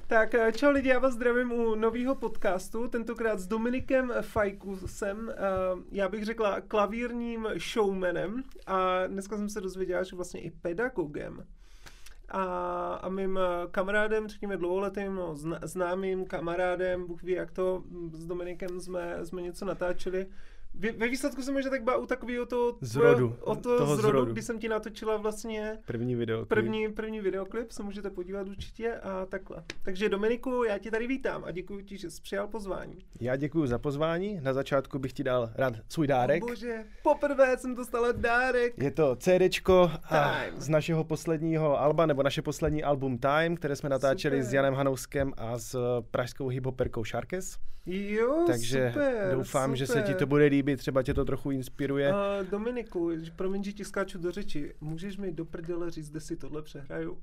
Tak čau lidi, já vás zdravím u nového podcastu, tentokrát s Dominikem Fajkusem, já bych řekla klavírním showmanem a dneska jsem se dozvěděla, že vlastně i pedagogem. A mým kamarádem, řekněme dlouholetým, známým kamarádem, Bůh ví jak to, s Dominikem jsme něco natáčeli. Ve výsledku jsem možná tak byla u takového toho zrodu, kdy jsem ti natočila vlastně první videoklip, se můžete podívat určitě a takhle. Takže Dominiku, já tě tady vítám a děkuji ti, že jsi přijal pozvání. Já děkuji za pozvání, na začátku bych ti dal rád svůj dárek. O bože, poprvé jsem dostala dárek. Je to CDčko z našeho posledního alba, nebo naše poslední album Time, které jsme natáčeli s Janem Hanouskem a s pražskou hiphoperkou Sharkes. Jo, takže super, doufám, že se ti to bude líbit, třeba tě to trochu inspiruje. Dominiku, promiň, že ti skáču do řeči, můžeš mi do prdele říct, kde si tohle přehraju?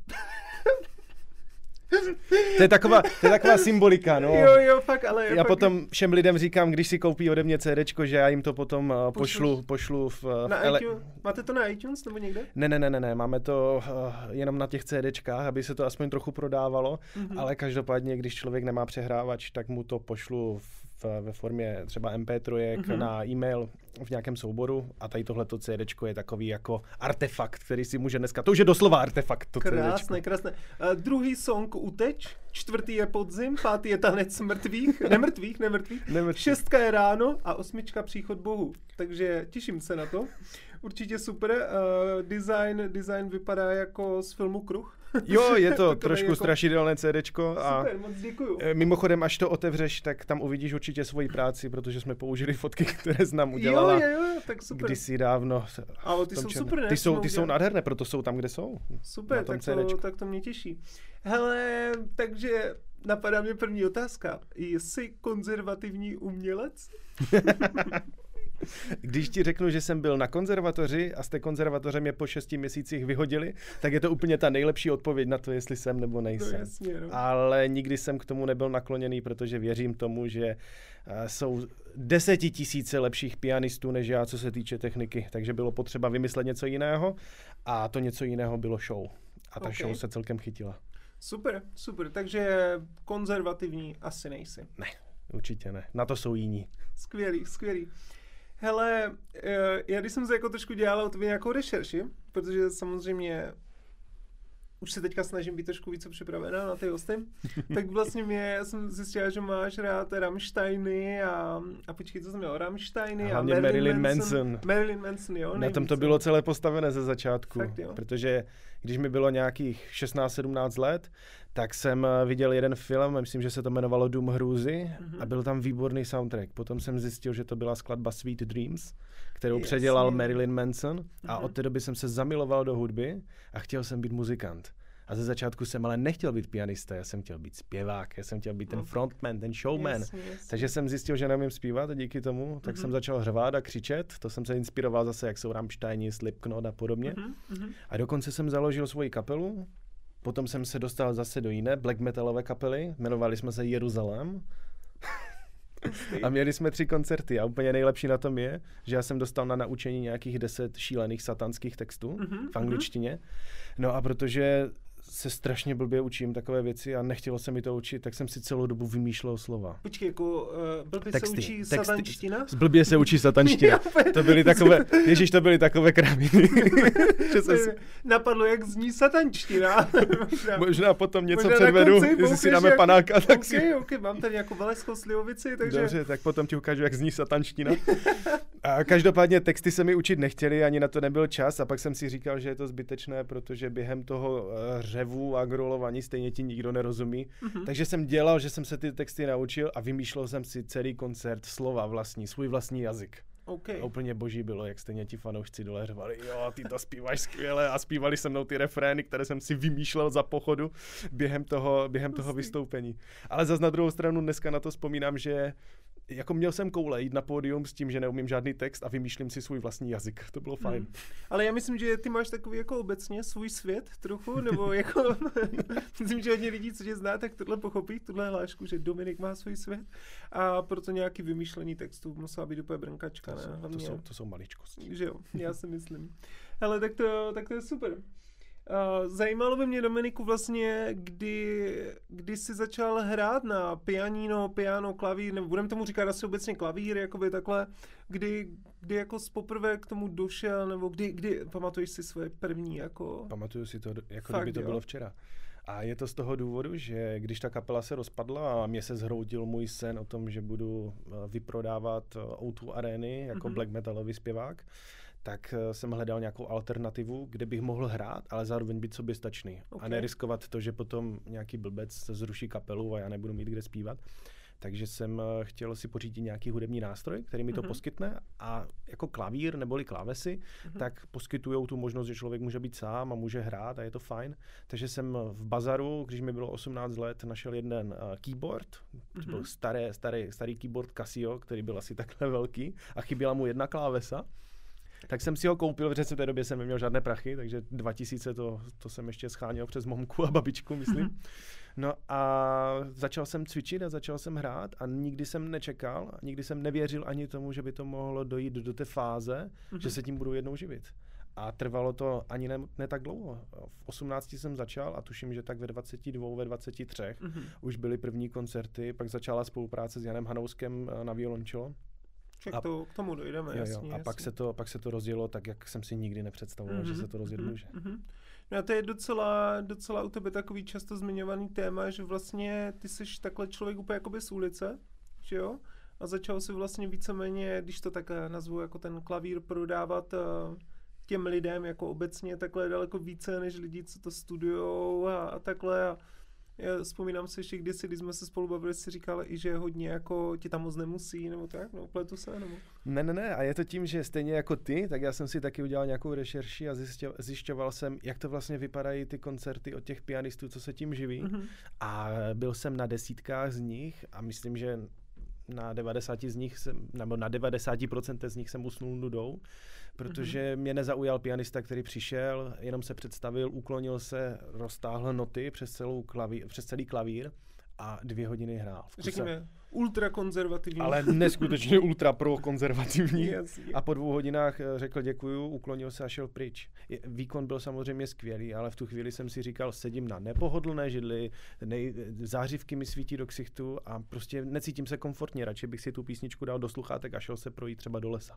To je taková symbolika, no. Jo, fakt, ale... Já potom všem lidem říkám, když si koupí ode mě CDčko, že já jim to potom pošlu na iTunes? Máte to na iTunes nebo někde? Ne, máme to jenom na těch CDčkách, aby se to aspoň trochu prodávalo, ale každopádně, když člověk nemá přehrávač, tak mu to pošlu ve formě třeba MP3 na e-mail v nějakém souboru a tady tohleto CDčko je takový jako artefakt, který si může dneska, to už je doslova artefakt, to CDčko. Krásné. Druhý song Uteč, čtvrtý je Podzim, pátý je Tanec mrtvých, nemrtvých, 6 je Ráno a 8 Příchod Bohu. Takže těším se na to. Určitě super. Design vypadá jako z filmu Kruh. Jo, je to trošku jako strašidelné CDčko. Super, moc děkuju. Mimochodem, až to otevřeš, tak tam uvidíš určitě svoji práci, protože jsme použili fotky, které jsi nám udělala. Jo, tak super. Kdysi dávno. Ale ty jsou super, ne? Ty jsou nádherné, proto jsou tam, kde jsou. Super, tak to mě těší. Hele, takže napadá mě první otázka. Jsi konzervativní umělec? Když ti řeknu, že jsem byl na konzervatoři a z té konzervatoře mě po 6 měsících vyhodili, tak je to úplně ta nejlepší odpověď na to, jestli jsem nebo nejsem. Jasně, no. Ale nikdy jsem k tomu nebyl nakloněný, protože věřím tomu, že jsou 10 000 lepších pianistů než já, co se týče techniky. Takže bylo potřeba vymyslet něco jiného a to něco jiného bylo show. A ta show se celkem chytila. Super. Takže konzervativní asi nejsi. Ne, určitě ne. Na to jsou jiní. Skvělý. Hele, já když jsem se jako trošku dělala o tobě nějakou rešerši, protože samozřejmě už se teďka snažím být trošku více připravená na ty hosty, tak vlastně já jsem zjistila, že máš rád Rammsteiny a počkej, co jsem měl, Rammsteiny a Marilyn Manson, jo. Na tom to bylo celé postavené ze začátku, fakt, protože když mi bylo nějakých 16-17 let, tak jsem viděl jeden film, myslím, že se to jmenovalo Dům hrůzy a byl tam výborný soundtrack. Potom jsem zjistil, že to byla skladba Sweet Dreams, kterou předělal Marilyn Manson a od té doby jsem se zamiloval do hudby a chtěl jsem být muzikant. A ze začátku jsem ale nechtěl být pianista, já jsem chtěl být zpěvák, já jsem chtěl být ten frontman, ten showman. Jasně. Takže jsem zjistil, že neumím zpívat a díky tomu, tak jsem začal řvát a křičet. To jsem se inspiroval zase, jak jsou Rammsteini, Slipknot a podobně. A dokonce jsem založil svoji kapelu. Potom jsem se dostal zase do jiné black metalové kapely, jmenovali jsme se Jeruzalém. A měli jsme 3 koncerty a úplně nejlepší na tom je, že já jsem dostal na naučení nějakých 10 šílených satanských textů v angličtině. No a protože se strašně blbě učím takové věci a nechtělo se mi to učit, tak jsem si celou dobu vymýšlel slova. Počkej, jako blbě se učí satanština? Blbě se učí satanština. To byly takové kraviny. Napadlo, jak zní satanština. Možná potom něco předvedu, jestli si dáme panáka. Ok, mám tady nějakou valeskou slivovici, takže... Dobře, tak potom ti ukážu, jak zní satanština. A každopádně texty se mi učit nechtěli, ani na to nebyl čas a pak jsem si říkal, že je to zbytečné, protože během toho řevu a grolovaní stejně ti nikdo nerozumí. Takže jsem dělal, že jsem se ty texty naučil a vymýšlel jsem si celý koncert slova vlastní, svůj vlastní jazyk. Okay. A úplně boží bylo, jak stejně ti fanoušci dole řvali, jo, ty to zpíváš skvěle a zpívali se mnou ty refrény, které jsem si vymýšlel za pochodu během toho vystoupení. Ale zas na druhou stranu dneska na to vzpomínám, že jako měl jsem koule jít na pódium s tím, že neumím žádný text a vymýšlím si svůj vlastní jazyk. To bylo fajn. Ale já myslím, že ty máš takový jako obecně svůj svět trochu, nebo jako myslím, že hodně lidí, co tě zná, tak tohle pochopí, tuhle hlášku, že Dominik má svůj svět a proto nějaký vymýšlení textů musela být úplně brnkačka, ne? To jsou maličkosti. Že jo, já si myslím. Hele, tak to je super. Zajímalo by mě, Dominiku, vlastně, kdy jsi začal hrát na piano, klavír, nebo budeme tomu říkat asi obecně klavír, jakoby takhle, kdy jako poprvé k tomu došel, nebo kdy pamatuješ si svoje první, jako... Pamatuju si to, jako kdyby to bylo včera. A je to z toho důvodu, že když ta kapela se rozpadla a mě se zhroutil můj sen o tom, že budu vyprodávat O2 arény jako black metalový zpěvák, tak jsem hledal nějakou alternativu, kde bych mohl hrát, ale zároveň být soběstačný. Okay. A neriskovat to, že potom nějaký blbec zruší kapelu a já nebudu mít kde zpívat. Takže jsem chtěl si pořídit nějaký hudební nástroj, který mi to poskytne, a jako klavír neboli klávesy, tak poskytujou tu možnost, že člověk může být sám a může hrát a je to fajn. Takže jsem v bazaru, když mi bylo 18 let, našel jeden keyboard, to byl starý keyboard Casio, který byl asi takhle velký a chyběla mu jedna klávesa. Tak jsem si ho koupil, protože v té době jsem neměl žádné prachy, takže 2000 to jsem ještě scháněl přes mamku a babičku, myslím. No a začal jsem cvičit a začal jsem hrát a nikdy jsem nečekal, nikdy jsem nevěřil ani tomu, že by to mohlo dojít do té fáze, že se tím budu jednou živit. A trvalo to ani ne tak dlouho. V 18 jsem začal a tuším, že tak ve 22, ve 23 už byly první koncerty, pak začala spolupráce s Janem Hanouskem na violončelo. K tomu dojdeme, jasně. A pak se to rozjelo tak, jak jsem si nikdy nepředstavoval, že se to rozjet může. No a to je docela u tebe takový často zmiňovaný téma, že vlastně ty jsi takhle člověk úplně jakoby z ulice, že jo? A začal si vlastně víceméně, když to tak nazvu, jako ten klavír prodávat těm lidem jako obecně takhle daleko více než lidi, co to studujou a takhle. A já vzpomínám si ještě kdysi, když jsme se spolu bavili, si říkal i, že hodně jako ti tam moc nemusí, nebo tak, no, pletu se, nebo... Ne, a je to tím, že stejně jako ty, tak já jsem si taky udělal nějakou rešerši a zjišťoval jsem, jak to vlastně vypadají ty koncerty od těch pianistů, co se tím živí. A byl jsem na desítkách z nich a myslím, že na 90 z nich nebo na 90% z nich jsem usnul nudou, protože mě nezaujal pianista, který přišel, jenom se představil, uklonil se, roztáhl noty přes celý klavír a 2 hodiny hrál. Řekněme, ultrakonzervativní. Ale neskutečně ultra pro konzervativní. A po 2 hodinách řekl děkuju, uklonil se a šel pryč. Výkon byl samozřejmě skvělý, ale v tu chvíli jsem si říkal, sedím na nepohodlné židli, zářivky mi svítí do ksichtu a prostě necítím se komfortně. Radši bych si tu písničku dal do sluchátek a šel se projít třeba do lesa.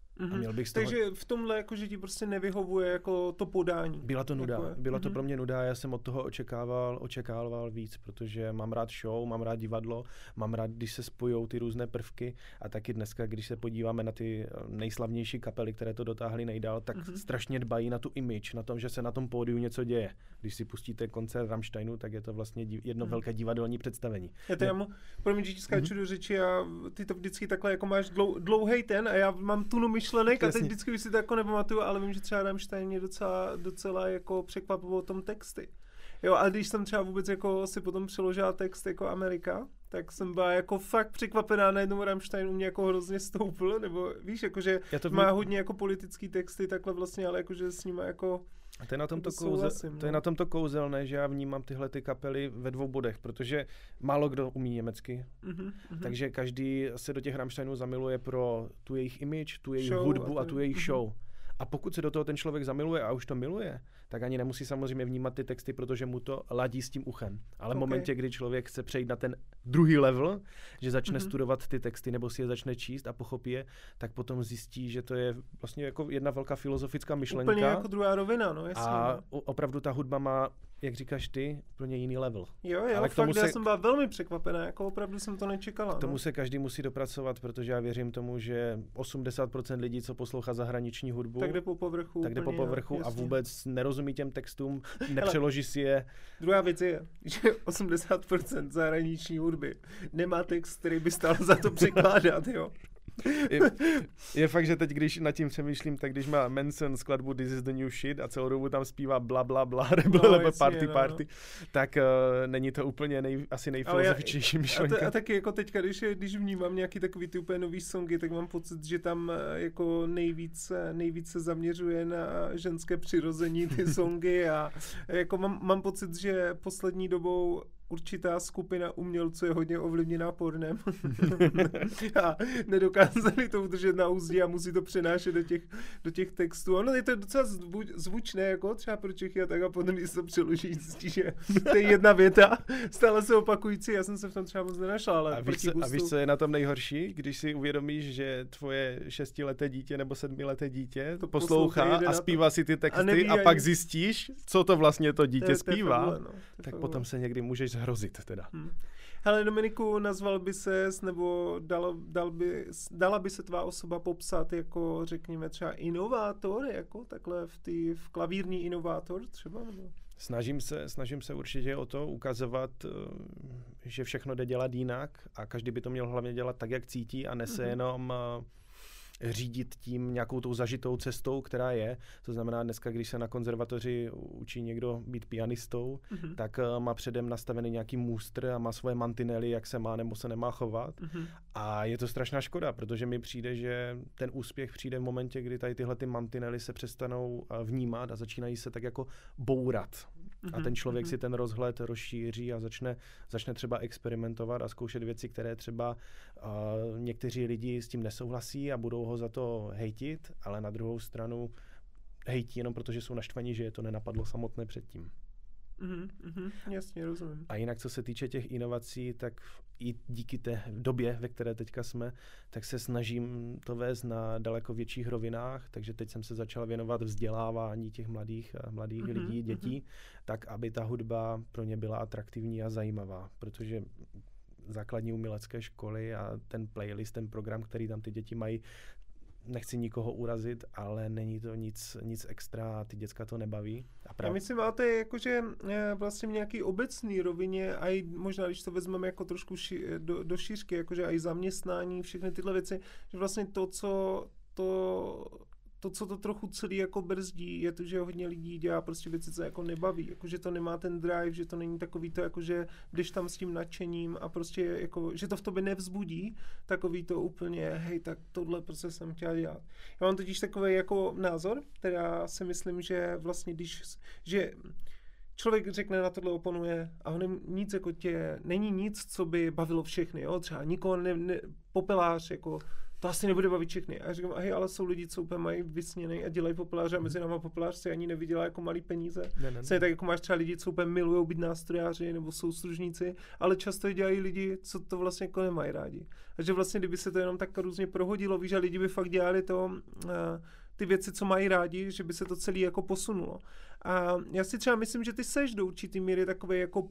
Takže v tomhle jako, že ti prostě nevyhovuje jako to podání. Byla to nuda. Byla to pro mě nuda, já jsem od toho očekával víc, protože mám rád show, mám rád divadlo, mám rád, když se spojou ty různé prvky a taky dneska, když se podíváme na ty nejslavnější kapely, které to dotáhly nejdál, tak strašně dbají na tu image, na tom, že se na tom pódiu něco děje. Když si pustíte koncert Rammsteinu, tak je to vlastně jedno velké divadelní představení. Promiň, že ti skáču do řeči a ty to vždycky takhle jako máš dlouhej ten a já mám tunu myšlenek a teď vždycky už si to jako nepamatuju, ale vím, že třeba Rammstein mě docela jako překvapilo o tom texty. Jo, ale když jsem třeba vůbec jako si potom přeložila text jako Amerika, tak jsem byla jako fakt překvapená, najednou Rammstein u mě jako hrozně stoupil, nebo víš, jakože má hodně jako politický texty takhle vlastně, ale jakože s nima jako... A to je na tomto kouzelné, že já vnímám tyhle ty kapely ve 2 bodech, protože málo kdo umí německy, takže každý se do těch Rammsteinů zamiluje pro tu jejich image, tu jejich hudbu a tu jejich show. A pokud se do toho ten člověk zamiluje a už to miluje, tak ani nemusí samozřejmě vnímat ty texty, protože mu to ladí s tím uchem. Ale v momentě, kdy člověk chce přejít na ten druhý level, že začne studovat ty texty nebo si je začne číst a pochopí je, tak potom zjistí, že to je vlastně jako jedna velká filozofická myšlenka. Úplně jako druhá rovina, no jasně. A opravdu ta hudba má, jak říkáš ty, úplně jiný level. Jo, ale fakt já jsem byla velmi překvapená, jako opravdu jsem to nečekala. K tomu se každý musí dopracovat, protože já věřím tomu, že 80% lidí, co poslouchá zahraniční hudbu, tak jde po povrchu a vůbec nerozumí těm textům, nepřeloží si je. Druhá věc je, že 80% zahraniční hudby nemá text, který by stál za to překládat, jo. Je fakt, že teď, když nad tím přemýšlím, tak když má Manson skladbu This is the new shit a celou dobu tam zpívá bla bla bla, party, tak není to úplně asi nejfilozofičnější myšlenka. A taky jako teďka, když vnímám nějaký takový ty úplně nový songy, tak mám pocit, že tam jako nejvíc se zaměřuje na ženské přirození ty songy a jako mám pocit, že poslední dobou určitá skupina umělců je hodně ovlivněná pornem a nedokázali to udržet na úzdě a musí to přenášet do těch textů. Ono je to docela zvučné, jako třeba pro Čechy a tak, a potom, když se to přeloží, zjistí, že to je jedna věta, stále se opakující, já jsem se v tom třeba moc nenašla, ale a víš, co je na tom nejhorší? Když si uvědomíš, že tvoje 6leté dítě nebo 7leté dítě to poslouchá a zpívá si ty texty a pak zjistíš, co to vlastně to dítě zpívá, tak potom se někdy můžeš zhrozit teda. Hele, Dominiku, nazval by ses, nebo dala by se tvá osoba popsat jako, řekněme, třeba inovátor, jako takhle v klavírní inovátor třeba? Nebo? Snažím se určitě o to ukazovat, že všechno jde dělat jinak a každý by to měl hlavně dělat tak, jak cítí a nese jenom řídit tím nějakou tou zažitou cestou, která je. To znamená, dneska, když se na konzervatoři učí někdo být pianistou, tak má předem nastavený nějaký můstr a má svoje mantinely, jak se má nebo se nemá chovat. A je to strašná škoda, protože mi přijde, že ten úspěch přijde v momentě, kdy tady tyhle ty mantinely se přestanou vnímat a začínají se tak jako bourat. A ten člověk si ten rozhled rozšíří a začne třeba experimentovat a zkoušet věci, které třeba někteří lidi s tím nesouhlasí a budou ho za to hejtit, ale na druhou stranu hejtí jenom protože jsou naštvaní, že je to nenapadlo samotné předtím. Jasně, rozumím. A jinak, co se týče těch inovací, tak i díky té době, ve které teďka jsme, tak se snažím to vést na daleko větších rovinách, takže teď jsem se začal věnovat vzdělávání těch mladých lidí, dětí, tak aby ta hudba pro ně byla atraktivní a zajímavá, protože základní umělecké školy a ten playlist, ten program, který tam ty děti mají, nechci nikoho urazit, ale není to nic extra a ty děcka to nebaví. Já myslím, máte jakože vlastně v nějaký obecný rovině a i možná, když to vezmeme jako trošku do šířky, jakože i zaměstnání, všechny tyhle věci, že vlastně to, co to trochu celý jako brzdí, je to, že hodně lidí dělá prostě věci, co jako nebaví, jako že to nemá ten drive, že to není takový to, jako že jdeš tam s tím nadšením a prostě jako, že to v tobě nevzbudí, takový to úplně, hej, tak tohle prostě jsem chtěla dělat. Já mám totiž takový jako názor, teda si myslím, že vlastně že člověk řekne, na tohle oponuje a nic jako není nic, co by bavilo všechny, jo, třeba nikoho popelář, jako to asi nebude bavit všechny. A já říkám, hej, ale jsou lidi, co úplně mají vysněnej a dělají popeláře a mezi náma popelář si ani nevydělá jako malý peníze. Ne. Tak jako máš třeba lidi, co úplně milujou být nástrojáři nebo soustružníci, ale často dělají lidi, co to vlastně jako nemají rádi. A že vlastně, kdyby se to jenom tak různě prohodilo, víš, že lidi by fakt dělali ty věci, co mají rádi, že by se to celé jako posunulo. A já si třeba myslím, že ty seš do určitý míry takový jako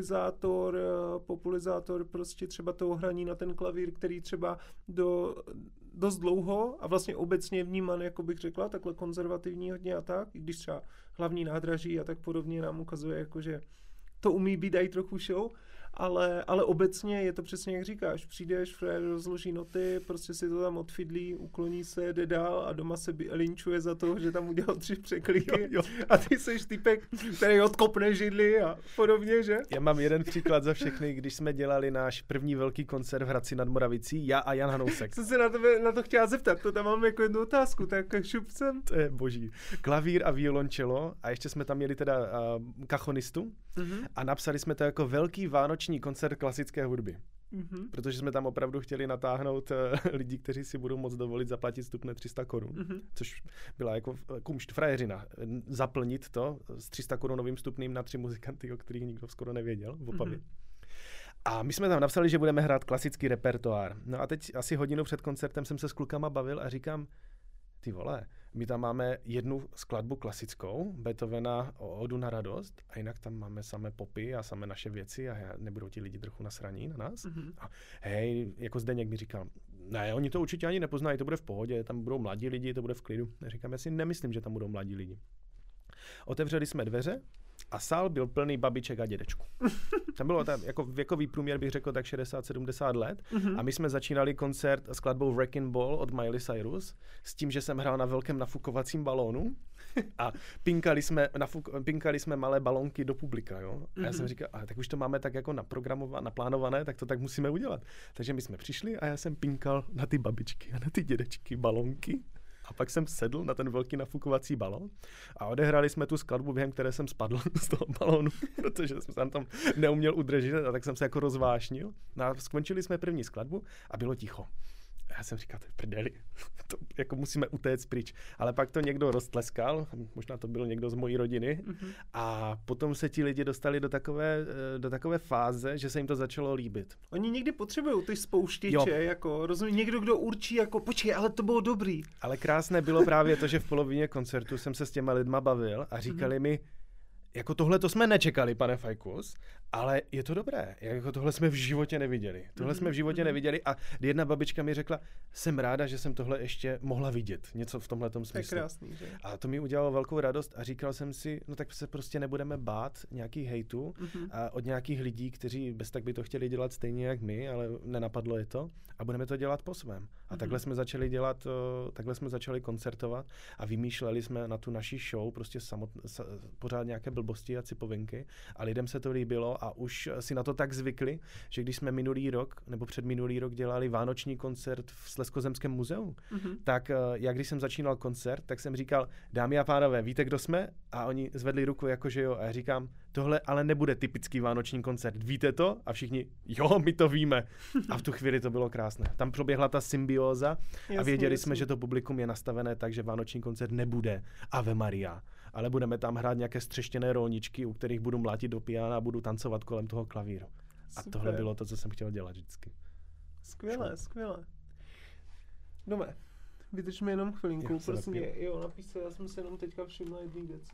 populizátor prostě třeba toho hraní na ten klavír, který třeba dost dlouho a vlastně obecně vníman, jako bych řekla, takhle konzervativní hodně a tak, i když třeba Hlavní nádraží a tak podobně nám ukazuje, jako že to umí být i trochu show, ale obecně je to přesně jak říkáš, přijdeš, Fred rozloží noty, prostě si to tam odfidlí, ukloní se, jde dál a doma se linčuje za to, že tam udělal 3 překliky jo. A ty seš typek, který odkopne židli a podobně, že? Já mám jeden příklad za všechny, když jsme dělali náš první velký koncert v Hradci nad Moravicí, já a Jan Hanousek. Jsem se na to chtěla zeptat, to tam mám jako jednu otázku, tak šup sem. To je boží. Klavír a violončelo a ještě jsme tam měli teda kachonistu a napsali jsme to jako velký vánoční koncert klasické hudby. Protože jsme tam opravdu chtěli natáhnout lidi, kteří si budou moct dovolit zaplatit vstupné 300 korun, což byla jako frajeřina. Zaplnit to s 300 korunovým vstupným na 3 muzikanty, o kterých nikdo skoro nevěděl v Opavě. A my jsme tam napsali, že budeme hrát klasický repertoár. No a teď asi hodinu před koncertem jsem se s klukama bavil a říkám, ty vole, my tam máme jednu skladbu klasickou, Beethovena Odu na radost, a jinak tam máme samé popy a samé naše věci a nebudou ti lidi trochu nasraní na nás? A hej, jako Zdeněk mi říkal, ne, oni to určitě ani nepoznají, to bude v pohodě, tam budou mladí lidi, to bude v klidu. Já říkám, já si nemyslím, že tam budou mladí lidi. Otevřeli jsme dveře a sál byl plný babiček a dědečků. Tam bylo jako věkový průměr, bych řekl, tak 60-70 let. A my jsme začínali koncert s skladbou Wrecking Ball od Miley Cyrus, s tím, že jsem hrál na velkém nafukovacím balónu a pinkali jsme malé balónky do publika. Jo? A já jsem říkal, tak už to máme tak jako naplánované, tak to tak musíme udělat. Takže my jsme přišli a já jsem pinkal na ty babičky a na ty dědečky balónky. A pak jsem sedl na ten velký nafukovací balón a odehráli jsme tu skladbu, během které jsem spadl z toho balónu, protože jsem tam neuměl udržet a tak jsem se jako rozvášnil. No a skončili jsme první skladbu a bylo ticho. Já jsem říkal, to je prdeli, to jako musíme utéct pryč. Ale pak to někdo roztleskal, možná to byl někdo z mojí rodiny, a potom se ti lidi dostali do takové fáze, že se jim to začalo líbit. Oni někdy potřebují ty spouštěče, jako rozumí, někdo, kdo určí, jako počkej, ale to bylo dobrý. Ale krásné bylo právě to, že v polovině koncertu jsem se s těma lidma bavil a říkali mi, jako tohle to jsme nečekali, pane Fajkus, ale je to dobré. Jako tohle jsme v životě neviděli. Tohle jsme v životě neviděli a jedna babička mi řekla, jsem ráda, že jsem tohle ještě mohla vidět. Něco v tomhletom smyslu. To je krásný, že? A to mi udělalo velkou radost a říkal jsem si, no tak se prostě nebudeme bát nějakých hejtů a od nějakých lidí, kteří bez tak by to chtěli dělat stejně jak my, ale nenapadlo je to a budeme to dělat po svém. A takhle jsme začali dělat, takhle jsme začali koncertovat a vymýšleli jsme na tu naši show prostě pořád nějaké blbosti a cipovinky a lidem se to líbilo a už si na to tak zvykli, že když jsme minulý rok nebo předminulý rok dělali vánoční koncert v Slezskozemském muzeu, tak jak když jsem začínal koncert, tak jsem říkal, dámy a pánové, víte, kdo jsme? A oni zvedli ruku jakože jo a já říkám, tohle ale nebude typický vánoční koncert, víte to? A všichni, jo, my to víme. A v tu chvíli to bylo krásné. Tam proběhla ta symbióza a věděli jsme, že to publikum je nastavené tak, že vánoční koncert nebude Ave Maria, ale budeme tam hrát nějaké střeštěné rolničky, u kterých budu mlátit do piana a budu tancovat kolem toho klavíru. A tohle bylo to, co jsem chtěl dělat vždycky. Skvěle. No vydrž mi jenom chvilinku, prostě, jo, napiš se, já jsem se jenom teďka všiml na jedný věci.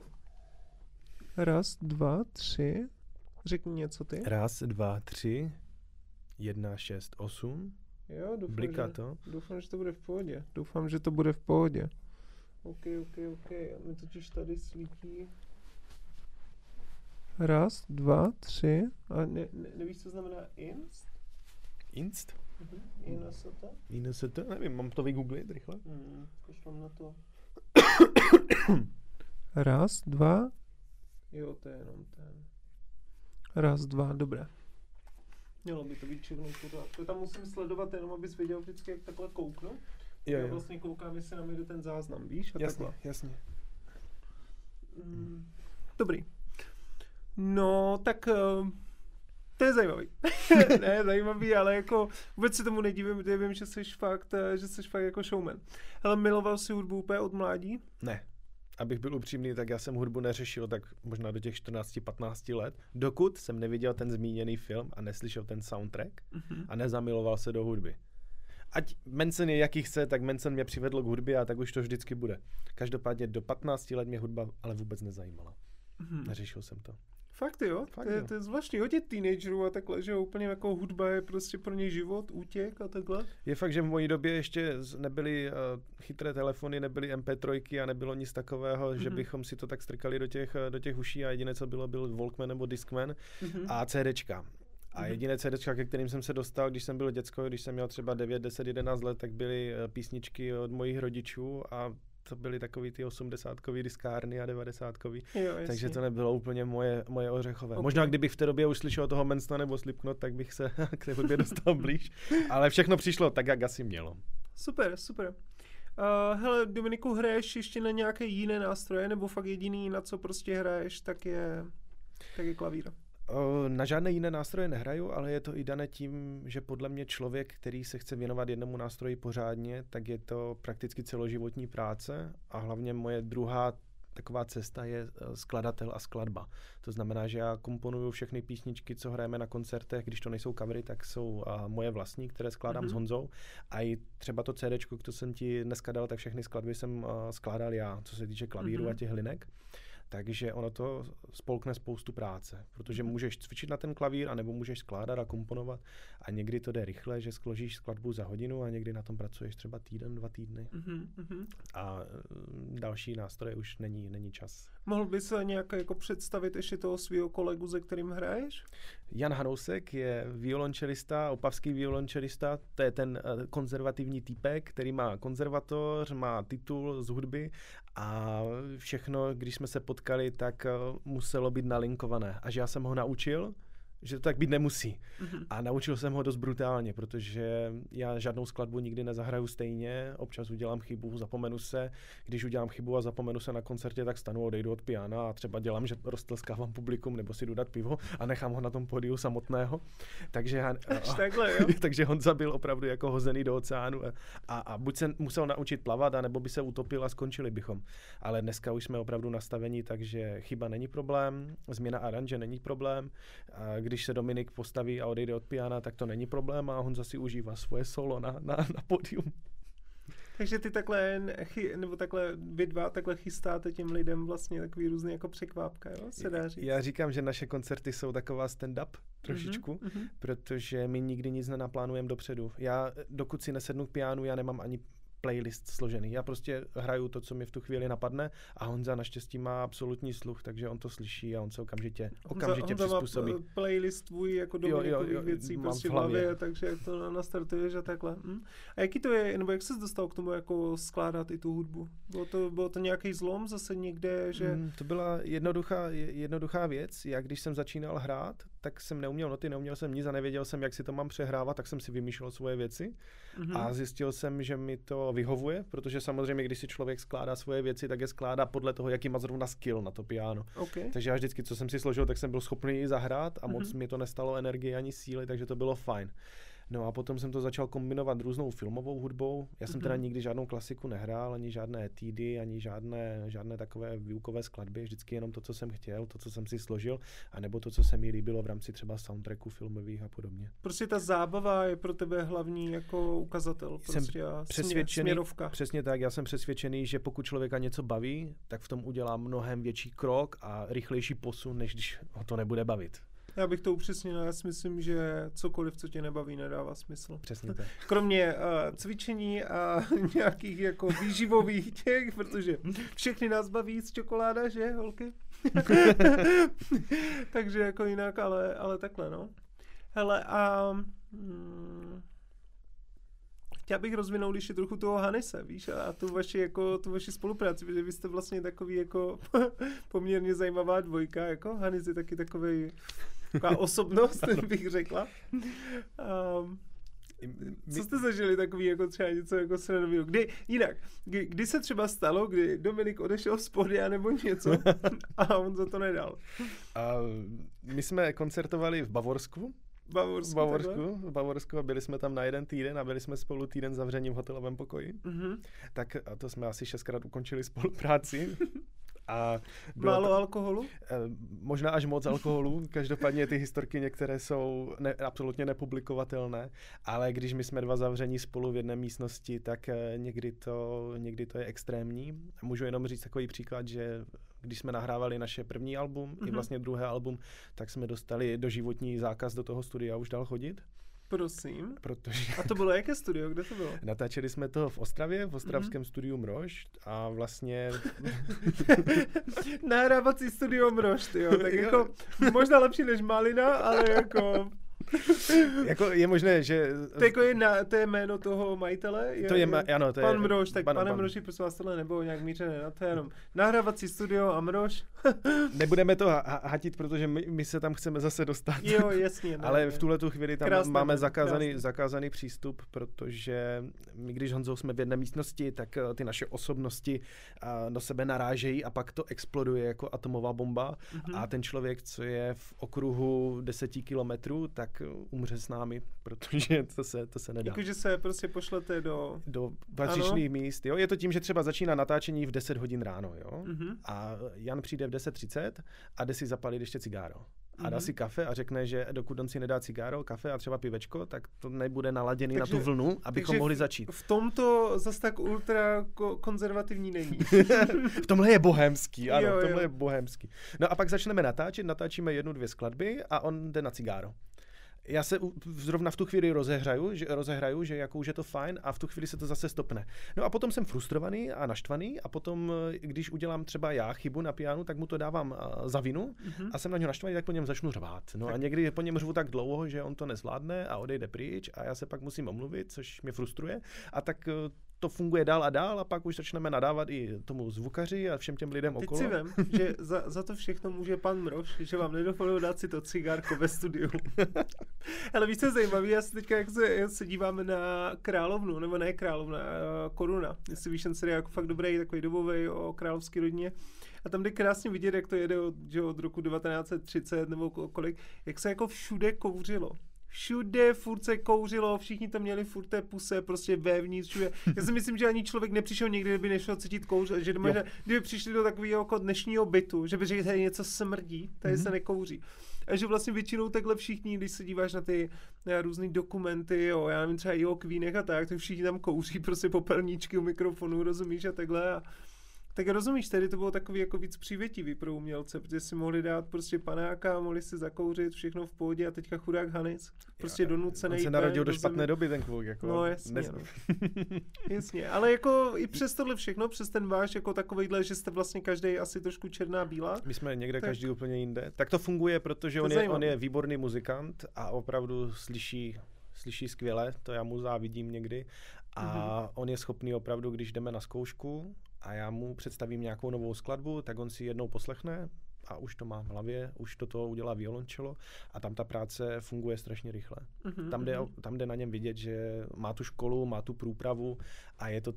1, 2, 3, řekni něco ty. 1, 2, 3, 1, 6, 8. Jo, Bliká to. Doufám, že to bude v pohodě. OK. A mi totiž tady svítí. 1, 2, 3. A nevíš, co znamená inst? Inst? Ineseta? Nevím, mám to vygooglit rychle. Pošlám na to. 1, 2. Jo, to je jenom ten. 1, 2, dobré. Mělo by to být všechno pořád. To tam musím sledovat jenom, abys věděl vždycky, jak takhle kouknu. Já vlastně koukám, jestli nám jde ten záznam, víš? A jasně. Dobrý. No, tak to je zajímavý. Ne, zajímavý, ale jako vůbec se tomu nedívím, protože vím, že jsi fakt jako showman. Hele, miloval jsi hudbu úplně od mládí? Ne. Abych byl upřímný, tak já jsem hudbu neřešil tak možná do těch 14-15 let, dokud jsem neviděl ten zmíněný film a neslyšel ten soundtrack a nezamiloval se do hudby. Ať Manson je jaký chce, tak Manson mě přivedl k hudbě a tak už to vždycky bude. Každopádně do 15 let mě hudba ale vůbec nezajímala. Neřešil jsem to. Fakt jo? To je zvláštní hodně teenagerů a takhle, že úplně jako hudba je prostě pro ně život, útěk a takhle. Je fakt, že v mojí době ještě nebyly chytré telefony, nebyly MP3 a nebylo nic takového, že bychom si to tak strkali do těch uší a jediné, co byl Walkman nebo Discman a CDčka. A jediné CDčka, ke kterým jsem se dostal, když jsem byl děcko, když jsem měl třeba 9, 10, 11 let, tak byly písničky od mojich rodičů a to byly takový ty 80kový diskárny a 90kový, takže to nebylo úplně moje ořechové. Okay. Možná kdybych v té době už slyšel toho Mansona nebo Slipknot, tak bych se k té hudbě dostal blíž, ale všechno přišlo tak, jak asi mělo. Super. Hele, Dominiku, hraješ ještě na nějaké jiné nástroje, nebo fakt jediný, na co prostě hraješ, tak je klavír? Na žádné jiné nástroje nehraju, ale je to i dané tím, že podle mě člověk, který se chce věnovat jednomu nástroji pořádně, tak je to prakticky celoživotní práce a hlavně moje druhá taková cesta je skladatel a skladba. To znamená, že já komponuju všechny písničky, co hrajeme na koncertech, když to nejsou covery, tak jsou moje vlastní, které skládám s Honzou. A i třeba to CDčko, které jsem ti dneska dal, tak všechny skladby jsem skládal já, co se týče klavíru a těch linek. Takže ono to spolkne spoustu práce, protože můžeš cvičit na ten klavír, anebo můžeš skládat a komponovat a někdy to jde rychle, že složíš skladbu za hodinu a někdy na tom pracuješ třeba týden, 2 týdny. A další nástroje už není čas. Mohl bys se nějak jako představit ještě toho svého kolegu, se kterým hraješ? Jan Hanousek je violončelista, opavský violončelista, to je ten konzervativní týpek, který má konzervatoř, má titul z hudby a všechno, když jsme se potkali, tak muselo být nalinkované. Až já jsem ho naučil, že to tak být nemusí. A naučil jsem ho dost brutálně, protože já žádnou skladbu nikdy nezahraju stejně, občas udělám chybu, zapomenu se, když udělám chybu a zapomenu se na koncertě, tak stanu, odejdu od piana a třeba dělám, že roztleskávám publikum nebo si jdu dát pivo a nechám ho na tom pódiu samotného. Takže Honza byl opravdu jako hozený do oceánu a buď se musel naučit plavat, anebo by se utopil a skončili bychom. Ale dneska už jsme opravdu nastavení, takže chyba není problém, změna aranže není problém. A když se Dominik postaví a odejde od piana, tak to není problém a Honza si užívá svoje solo na pódium. Takže ty takhle, nebo takhle vy dva takhle chystáte těm lidem vlastně takový různý jako překvápka, jo? Se dá říct. Já říkám, že naše koncerty jsou taková stand-up trošičku, protože my nikdy nic nenaplánujeme dopředu. Já, dokud si nesednu k pianu, já nemám ani playlist složený. Já prostě hraju to, co mi v tu chvíli napadne a Honza naštěstí má absolutní sluch, takže on to slyší a on se okamžitě přizpůsobí. Honza má playlist tvůj jako Dominikových věcí prostě v hlavě, takže jak to nastartuješ a takhle. A jaký to je, nebo jak ses dostal k tomu jako skládat i tu hudbu? Bylo to nějaký zlom zase někde, že... To byla jednoduchá věc. Já když jsem začínal hrát, tak jsem neuměl noty, neuměl jsem nic a nevěděl jsem, jak si to mám přehrávat, tak jsem si vymýšlel svoje věci a zjistil jsem, že mi to vyhovuje, protože samozřejmě, když si člověk skládá svoje věci, tak je skládá podle toho, jaký má zrovna skill na to piano. Okay. Takže já vždycky, co jsem si složil, tak jsem byl schopný ji zahrát a moc mi to nestalo energii ani síly, takže to bylo fajn. No a potom jsem to začal kombinovat různou filmovou hudbou. Já jsem teda nikdy žádnou klasiku nehrál, ani žádné etudy, ani žádné takové výukové skladby, vždycky jenom to, co jsem chtěl, to, co jsem si složil, anebo to, co se mi líbilo v rámci třeba soundtracku filmových a podobně. Prostě ta zábava je pro tebe hlavní jako ukazatel, prostě směrovka. Přesně tak, já jsem přesvědčený, že pokud člověka něco baví, tak v tom udělá mnohem větší krok a rychlejší posun, než když ho to nebude bavit. Já bych to upřesnil, já si myslím, že cokoliv, co tě nebaví, nedává smysl. Přesně tak. Kromě cvičení a nějakých jako výživových těch, protože všechny nás baví z čokoláda, že, holky? Takže jako jinak, ale takhle, no. Hele, chtěl bych rozvinout ještě trochu toho Hannise, víš, a tu vaši spolupráci, protože vy jste vlastně takový jako poměrně zajímavá dvojka, jako Hannis je taky taková osobnost, bych řekla. Co jste zažili takový jako třeba něco jako srandovýho? Kdy se třeba stalo, kdy Dominik odešel z pódia nebo něco a on za to nedal? My jsme koncertovali v Bavorsku. V Bavorsku a byli jsme tam na 1 týden a byli jsme spolu týden zavření v hotelovém pokoji. Tak a to jsme asi 6krát ukončili spolupráci. A málo alkoholu? Možná až moc alkoholu. Každopádně ty historky některé jsou absolutně nepublikovatelné, ale když my jsme dva zavření spolu v jedné místnosti, tak někdy to je extrémní. Můžu jenom říct takový příklad, že když jsme nahrávali naše první album i vlastně druhé album, tak jsme dostali doživotní zákaz do toho studia už dál chodit. Prosím. Protože... A to bylo jaké studio? Kde to bylo? Natáčeli jsme to v Ostravě, v ostravském studiu Mrož a vlastně... Nahrávací studio Mrož, tyjo. Tak jako možná lepší než Malina, ale jako... Jako je možné, že... To je jméno toho majitele? Ano, to je... Pan Mrož, tak pane Mroži, prosím vás, tohle nebylo nějak mířené na to, jenom nahrávací studio a Mrož. Nebudeme to hatit, protože my se tam chceme zase dostat. Jo, jasně. Ale v tuhletu chvíli tam máme zakázaný přístup, protože my, když Honzou jsme v jedné místnosti, tak ty naše osobnosti do sebe narážejí a pak to exploduje jako atomová bomba a ten člověk, co je v okruhu 10 kilometrů, tak umře s námi, protože to se nedá. Jakože se prostě pošlete do patřičných míst. Jo? Je to tím, že třeba začíná natáčení v 10 hodin ráno. Jo? A Jan přijde v 10:30 a jde si zapalit ještě cigáro. A dá si kafe a řekne, že dokud on si nedá cigáro, kafe a třeba pivečko, tak to nebude naladěný na tu vlnu, abychom mohli začít. V tomto zase tak ultra konzervativní není. V tomhle je bohémský, ano, v tomhle je bohémský. No a pak začneme natáčíme 1-2 skladby a on jde na cigáro. Já se zrovna v tu chvíli rozehraju, že jako už je to fajn a v tu chvíli se to zase stopne. No a potom jsem frustrovaný a naštvaný a potom, když udělám třeba já chybu na pianu, tak mu to dávám za vinu a jsem na něho naštvaný, tak po něm začnu řvát. No a někdy po něm řvu tak dlouho, že on to nezvládne a odejde pryč a já se pak musím omluvit, což mě frustruje a tak to funguje dál a dál a pak už začneme nadávat i tomu zvukaři a všem těm lidem okolo. Teď si vem, že za to všechno může pan Mroš, že vám nedovolil dát si to cigárko ve studiu. Ale víš, co je zajímavé, já se teďka, jak se díváme na Královnu, nebo ne Královna, Koruna, jestli víš, ten seriál jako fakt dobrý, takový dobovej o královské rodině. A tam jde krásně vidět, jak to jede od roku 1930 nebo kolik, jak se jako všude kouřilo. Všude furt se kouřilo, všichni to měli furt té puse, prostě vevnitř, všude. Já si myslím, že ani člověk nepřišel někdy, kdyby nešel cítit kouř, že kdyby přišli do takového jako dnešního bytu, že by řekli, tady něco smrdí, tady se nekouří. A že vlastně většinou takhle všichni, když se díváš na ty různý dokumenty, já nevím, třeba i o Queenech a tak všichni tam kouří prostě popelníčky u mikrofonu, rozumíš, a takhle. Tak rozumíš, tady to bylo takový jako víc přívětivý pro umělce, protože si mohli dát prostě panáka, mohli si zakouřit, všechno v pohodě a teďka chudák Hanic, prostě donucený. On se narodil do špatné doby ten kluk, jako. No jasně, no. Jasně, ale jako i přes tohle všechno, přes ten váš jako takovejhle, že jste vlastně každý asi trošku černá bílá. My jsme někde tak každý úplně jinde. Tak to funguje, protože on je výborný muzikant a opravdu slyší skvěle, to já mu závidím někdy. A on je schopný opravdu, když jdeme na zkoušku a já mu představím nějakou novou skladbu, tak on si jednou poslechne a už to má v hlavě, už to udělá violončelo a tam ta práce funguje strašně rychle. Tam jde na něm vidět, že má tu školu, má tu průpravu a je to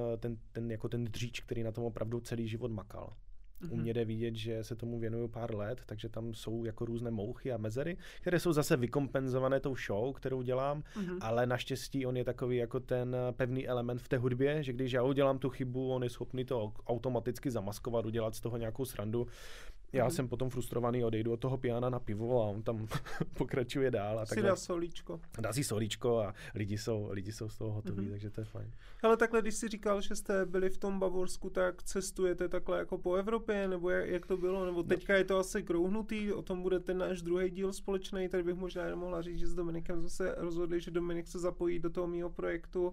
ten dříč, který na tom opravdu celý život makal. U mě jde vidět, že se tomu věnuju pár let, takže tam jsou jako různé mouchy a mezery, které jsou zase vykompenzované tou show, kterou dělám, ale naštěstí on je takový jako ten pevný element v té hudbě, že když já udělám tu chybu, on je schopný to automaticky zamaskovat, udělat z toho nějakou srandu. Já jsem potom frustrovaný, odejdu od toho piana na pivo a on tam pokračuje dál. A si dá solíčko. Dá si solíčko a lidi jsou z toho hotoví, takže to je fajn. Ale takhle, když jsi říkal, že jste byli v tom Bavorsku, tak cestujete takhle jako po Evropě, nebo jak to bylo? Nebo teďka je to asi krouhnutý, o tom bude ten náš druhý díl společný, tady bych možná nemohla říct, že s Dominikem jsme se rozhodli, že Dominik se zapojí do toho mýho projektu,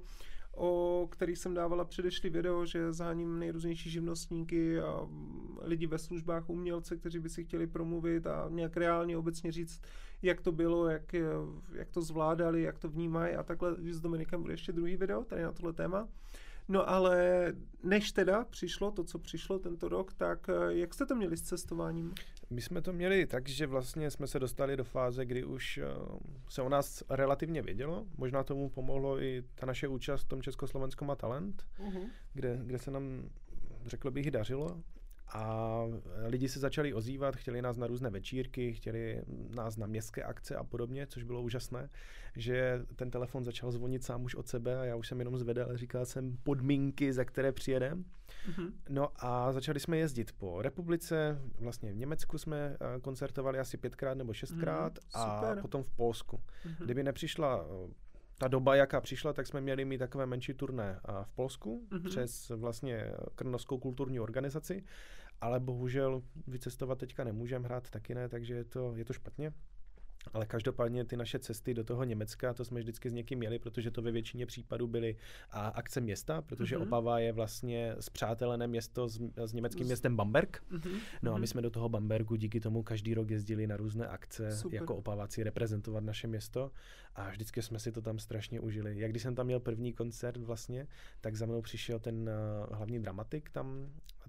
o který jsem dávala předešlý video, že zaháním nejrůznější živnostníky a lidi ve službách, umělce, kteří by si chtěli promluvit a nějak reálně obecně říct, jak to bylo, jak to zvládali, jak to vnímají a takhle s Dominikem bude ještě druhý video tady na tohle téma. No ale než teda přišlo to, co přišlo tento rok, tak jak jste to měli s cestováním? My jsme to měli tak, že vlastně jsme se dostali do fáze, kdy už se o nás relativně vědělo. Možná tomu pomohlo i ta naše účast v tom Československu má talent, kde se nám, řekl bych, dařilo. A lidi se začali ozývat, chtěli nás na různé večírky, chtěli nás na městské akce a podobně, což bylo úžasné, že ten telefon začal zvonit sám už od sebe a já už jsem jenom zvedal a říkal jsem podmínky, za které přijedem. No a začali jsme jezdit po republice, vlastně v Německu jsme koncertovali asi 5krát nebo 6krát a potom v Polsku. Kdyby nepřišla ta doba, jaká přišla, tak jsme měli mít takové menší turné v Polsku přes vlastně Krnovskou kulturní organizaci, ale bohužel vycestovat teďka nemůžeme, hrát taky ne, takže je to špatně. Ale každopádně ty naše cesty do toho Německa, to jsme vždycky s někým měli, protože to ve většině případů byly akce města, protože Opava je vlastně spřátelené město s německým městem Bamberg. No a my jsme do toho Bambergu díky tomu každý rok jezdili na různé akce, jako Opaváci reprezentovat naše město a vždycky jsme si to tam strašně užili. Jak když jsem tam měl první koncert vlastně, tak za mnou přišel ten hlavní dramatik tam,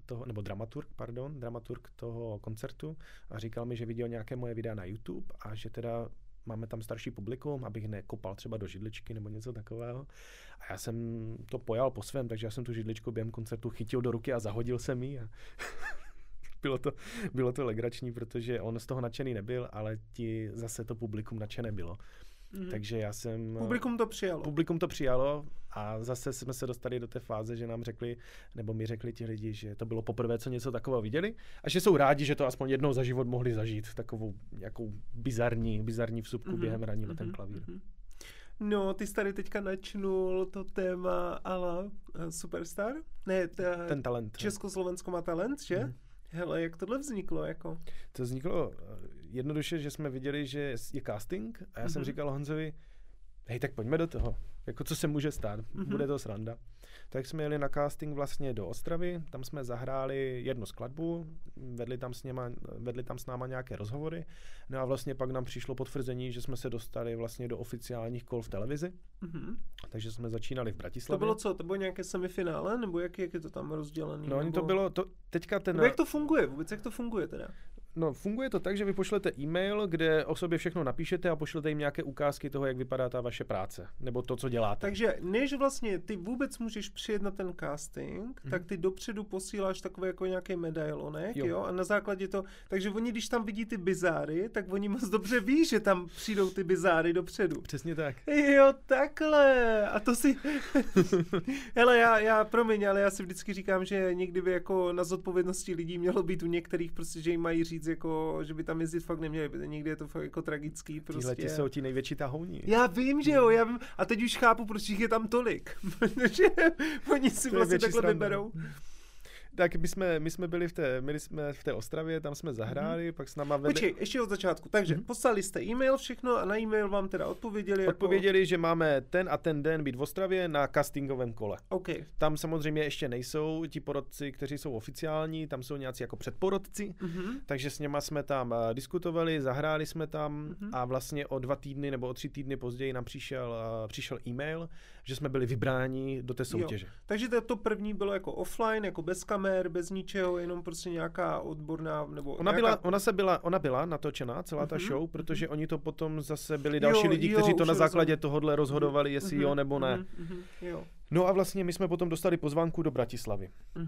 dramaturg toho koncertu a říkal mi, že viděl nějaké moje videa na YouTube a že teda máme tam starší publikum, abych nekopal třeba do židličky nebo něco takového. A já jsem to pojal po svém, takže já jsem tu židličku během koncertu chytil do ruky a zahodil jsem ji. A bylo to legrační, protože on z toho nadšený nebyl, ale zase to publikum nadšené bylo. Takže já jsem... Publikum to přijalo a zase jsme se dostali do té fáze, že nám řekli, nebo mi řekli ti lidi, že to bylo poprvé, co něco takového viděli a že jsou rádi, že to aspoň jednou za život mohli zažít, takovou nějakou bizarní vsupku během hraní na ten klavír. No, ty jsi tady teďka načnul to téma ala Superstar? Ne, ten talent. Československo má talent, že? Hele, jak tohle vzniklo? Jako? To vzniklo jednoduše, že jsme viděli, že je casting a já jsem říkal Honzovi, hej, tak pojďme do toho. Jako co se může stát, bude to sranda. Tak jsme jeli na casting vlastně do Ostravy, tam jsme zahráli jednu skladbu, vedli tam s náma nějaké rozhovory, no a vlastně pak nám přišlo potvrzení, že jsme se dostali vlastně do oficiálních kol v televizi, takže jsme začínali v Bratislavě. To bylo co? To bylo nějaké semifinále, nebo jak je to tam rozdělené? No, to bylo, teďka ten... Nebo jak to funguje vůbec, jak to funguje teda? No, funguje to tak, že vy pošlete e-mail, kde o sobě všechno napíšete a pošlete jim nějaké ukázky toho, jak vypadá ta vaše práce, nebo to, co děláte. Takže než vlastně ty vůbec můžeš přijet na ten casting, tak ty dopředu posíláš takové jako nějaký medailonek, jo, a na základě to, takže oni, když tam vidí ty bizáry, tak oni moc dobře ví, že tam přijdou ty bizáry dopředu. Přesně tak. Jo, takhle. A to si... Hele, já promiň, ale já si vždycky říkám, že někdy by jako na zodpovědnosti lidí mělo být u některých prostě, že jim mají říct, jako, že by tam jezdit fakt neměli, protože někdy je to fakt jako tragický. Prostě. Tihleti jsou ti největší tahouni. Já vím, že jo, já vím, a teď už chápu, proč jich je tam tolik, protože oni si vlastně takhle vyberou. Tak my jsme byli v té Ostravě, tam jsme zahráli, pak s náma vedli... Počkej, ještě od začátku. Takže poslali jste e-mail, všechno a na e-mail vám teda odpověděli. Že máme ten a ten den být v Ostravě na castingovém kole. Okay. Tam samozřejmě ještě nejsou ti porotci, kteří jsou oficiální, tam jsou nějací jako předporotci, takže s něma jsme tam diskutovali, zahráli jsme tam a vlastně o 2 týdny nebo o 3 týdny později nám přišel e-mail, že jsme byli vybráni do té soutěže. Jo. Takže to první bylo jako offline, jako bez kamer, bez ničeho, jenom prostě nějaká odborná nebo Ona byla natočená, celá ta show, protože oni to potom zase byli další lidi, kteří to na základě tohohle rozhodovali, jestli jo nebo ne. Jo. No a vlastně my jsme potom dostali pozvánku do Bratislavy.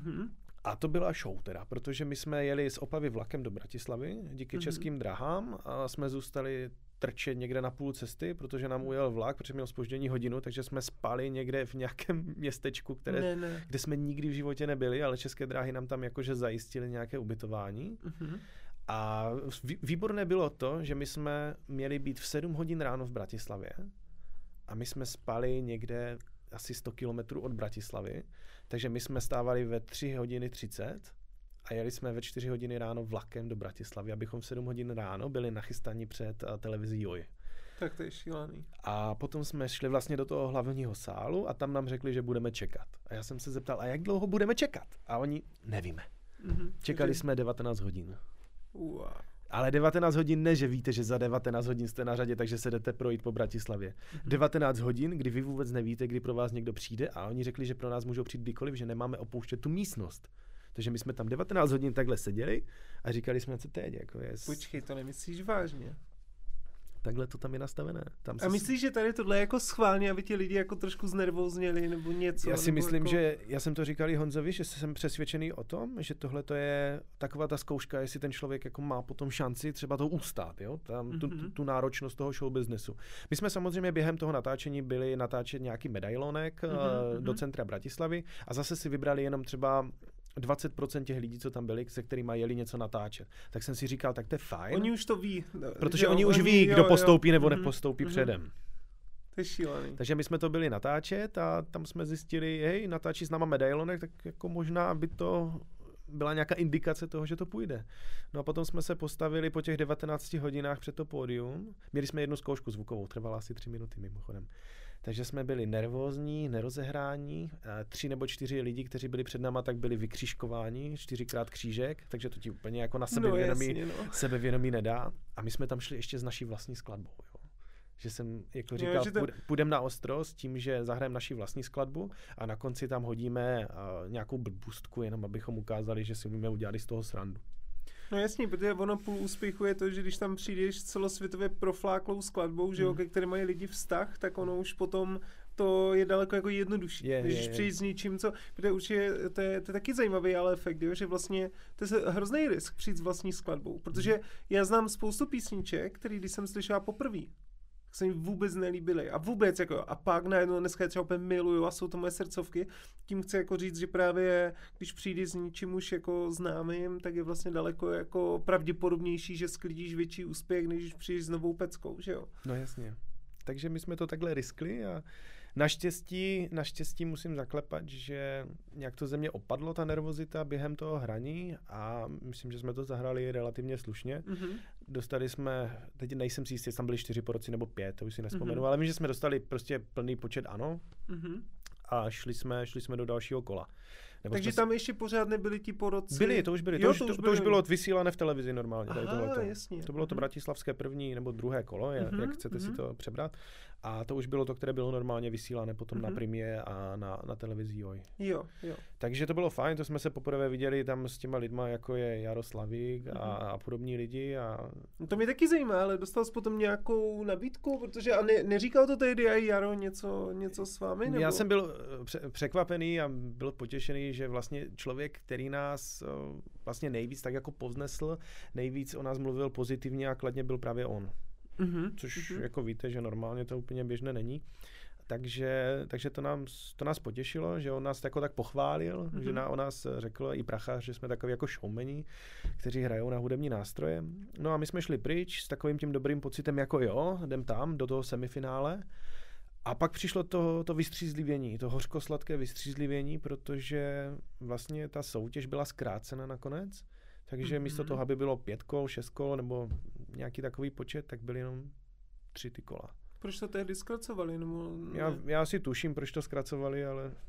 A to byla show teda, protože my jsme jeli z Opavy vlakem do Bratislavy díky českým drahám a jsme zůstali trčet někde na půl cesty, protože nám ujel vlak, protože měl zpoždění hodinu, takže jsme spali někde v nějakém městečku, kde jsme nikdy v životě nebyli, ale české dráhy nám tam jakože zajistili nějaké ubytování. A výborné bylo to, že my jsme měli být v 7 hodin ráno v Bratislavě a my jsme spali někde asi 100 kilometrů od Bratislavy, takže my jsme stávali ve 3:30 a jeli jsme ve 4 hodiny ráno vlakem do Bratislavy, abychom v 7 hodin ráno byli nachystaní před televizí Joj. Tak to je šílený. A potom jsme šli vlastně do toho hlavního sálu a tam nám řekli, že budeme čekat. A já jsem se zeptal, a jak dlouho budeme čekat? A oni, nevíme. Čekali jsme 19 hodin. Wow. Ale 19 hodin ne, že víte, že za 19 hodin jste na řadě, takže se jdete projít po Bratislavě. 19 hodin, kdy vy vůbec nevíte, kdy pro vás někdo přijde a oni řekli, že pro nás můžou přijít kdykoliv, že nemáme opouštět tu místnost. Takže my jsme tam 19 hodin takhle seděli a říkali jsme, co teď. Jako Počkej, to nemyslíš vážně? Takhle to tam je nastavené. A myslíš, že tady tohle je jako schválně, aby ti lidi jako trošku znervózněli nebo něco? Já si myslím, jako... že já jsem to říkal i Honzovi, že jsem přesvědčený o tom, že tohle to je taková ta zkouška, jestli ten člověk jako má potom šanci třeba to ustát, jo? Tam tu náročnost toho show businessu. My jsme samozřejmě během toho natáčení byli natáčet nějaký medailonek do centra Bratislavy a zase si vybrali jenom třeba 20% těch lidí, co tam byli, se kterými jeli něco natáčet. Tak jsem si říkal, tak to je fajn. Oni už to ví. Protože oni už ví, kdo postoupí nebo nepostoupí předem. To je šílený. Takže my jsme to byli natáčet a tam jsme zjistili, hej, natáčí s náma medailonek, tak jako možná by to byla nějaká indikace toho, že to půjde. No a potom jsme se postavili po těch 19 hodinách před to pódium. Měli jsme jednu zkoušku zvukovou, trvala asi 3 minuty mimochodem. Takže jsme byli nervózní, nerozehráni. 3 nebo 4 lidi, kteří byli před náma, tak byli vykřížkováni, 4krát křížek, takže to ti úplně jako na sebevědomí nedá. A my jsme tam šli ještě s naší vlastní skladbou. Jo. Že jsem jako říkal, půjdeme na ostro s tím, že zahrajeme naši vlastní skladbu a na konci tam hodíme nějakou blbůstku, jenom abychom ukázali, že si umíme udělat z toho srandu. No jasně, protože ono půl úspěchu je to, že když tam přijdeš celosvětově profláklou skladbou, že jo, ke které mají lidi vztah, tak ono už potom to je daleko jako jednodušší. Když přijdeš s něčím, co, protože určitě to je taky zajímavý ale efekt, jo, že vlastně to je hrozný risk přijít s vlastní skladbou, protože já znám spoustu písniček, který když jsem slyšela poprvé, se mi vůbec nelíbily. A vůbec, jako, a pak najednou dneska je třeba úplně miluju a jsou to moje srdcovky. Tím chci jako říct, že právě, když přijde s ničím už jako známým, tak je vlastně daleko jako pravděpodobnější, že sklidíš větší úspěch, než když přijdeš s novou peckou, že jo? No jasně. takže my jsme to takhle riskli a naštěstí musím zaklepat, že nějak to ze mě opadlo, ta nervozita během toho hraní a myslím, že jsme to zahrali relativně slušně. Dostali jsme, teď nejsem si jistý, tam byly 4 poroci nebo 5, to už si nespomenu, ale vím, že jsme dostali prostě plný počet ano a šli jsme do dalšího kola. Takže tam ještě pořád nebyli ti poroci? Byli, to už byli. Jo, to už bylo vysílané v televizi normálně. Aha, jasně. To bylo to bratislavské první nebo druhé kolo, jak chcete si to přebrat. A to už bylo to, které bylo normálně vysílané potom na Primě a na televizi Joj. Jo. Takže to bylo fajn, to jsme se poprvé viděli tam s těma lidma, jako je Jaroslavík a podobní lidi. No to mě taky zajímá, ale dostal jsi potom nějakou nabídku, protože neříkal to tehdy i Jaro něco s vámi? Nebo? Já jsem byl překvapený a byl potěšený, že vlastně člověk, který nás vlastně nejvíc tak jako povznesl, nejvíc o nás mluvil pozitivně a kladně, byl právě on. Což jako víte, že normálně to úplně běžné není. Takže to nás potěšilo, že on nás jako tak pochválil, že o nás řekl i Prachař, že jsme takový jako showmeni, kteří hrajou na hudební nástroje. No a my jsme šli pryč s takovým tím dobrým pocitem, jako jo, jdem tam do toho semifinále. A pak přišlo to vystřízlivění, to hořkosladké vystřízlivění, protože vlastně ta soutěž byla zkrácena nakonec. Takže místo toho, aby bylo 5 kol, 6 kol nebo nějaký takový počet, tak byly jenom 3 ty kola. Proč to tehdy zkracovali? Já si tuším, proč to zkracovali,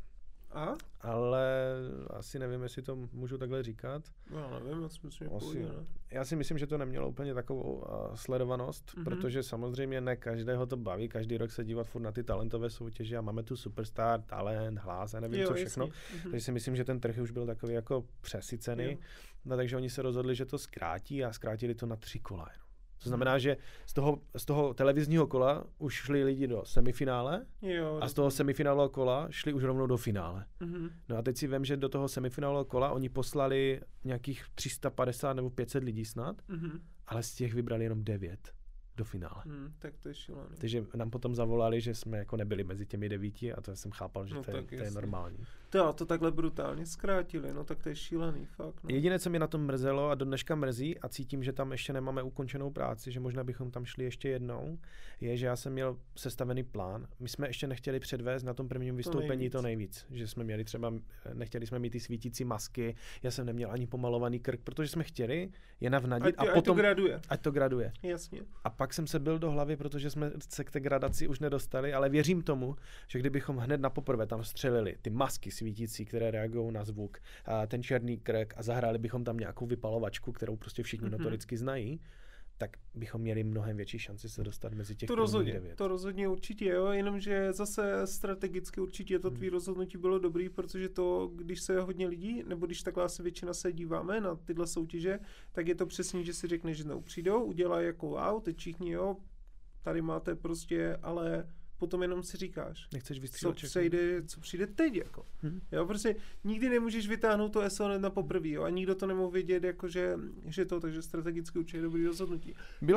ale asi nevím, jestli to můžu takhle říkat. Já nevím, já si myslím, Já si myslím, že to nemělo úplně takovou sledovanost, protože samozřejmě ne každého to baví, každý rok se dívat furt na ty talentové soutěže a máme tu Superstar, talent, hlas a nevím co všechno. Takže si myslím, že ten trh už byl takový jako přesycený. No, takže oni se rozhodli, že to zkrátí a zkrátili to na 3 kola. To znamená, že z toho televizního kola už šli lidi do semifinále a z toho semifinálového kola šli už rovnou do finále. No a teď si vem, že do toho semifinálového kola oni poslali nějakých 350 nebo 500 lidí snad, ale z těch vybrali jenom 9 do finále. Tak to je šílený. Takže nám potom zavolali, že jsme jako nebyli mezi těmi 9 a to jsem chápal, že to je normální. To takhle brutálně zkrátili, no tak to je šílený, fakt. No. Jediné, co mě na tom mrzelo a do dneška mrzí a cítím, že tam ještě nemáme ukončenou práci, že možná bychom tam šli ještě jednou, je, že já jsem měl sestavený plán. My jsme ještě nechtěli předvést na tom prvním vystoupení to nejvíc, že jsme měli třeba, nechtěli jsme mít ty svítící masky, já jsem neměl ani pomalovaný krk, protože jsme chtěli je navnadit a potom ať to graduje. Jasně. A pak jsem se byl do hlavy, protože jsme se k té gradaci už nedostali, ale věřím tomu, že kdybychom hned na poprvé tam střelili ty masky svítící, které reagují na zvuk, a ten černý krk a zahráli bychom tam nějakou vypalovačku, kterou prostě všichni notoricky znají, tak bychom měli mnohem větší šanci se dostat mezi těch 9. To rozhodně určitě, jo, jenomže zase strategicky určitě to tvý rozhodnutí bylo dobrý, protože to, když se hodně lidí, nebo když takhle asi většina se díváme na tyhle soutěže, tak je to přesně, že si řekne, že přijdou, udělají jako wow, teď všichni, jo, tady máte prostě, ale potom jenom si říkáš, nechceš vystřílet, co přijde teď, jako. Jo, prostě nikdy nemůžeš vytáhnout to SO hned na poprvé, jo, a nikdo to nemohl vědět, jako že to, takže strategicky určitě dobrý rozhodnutí.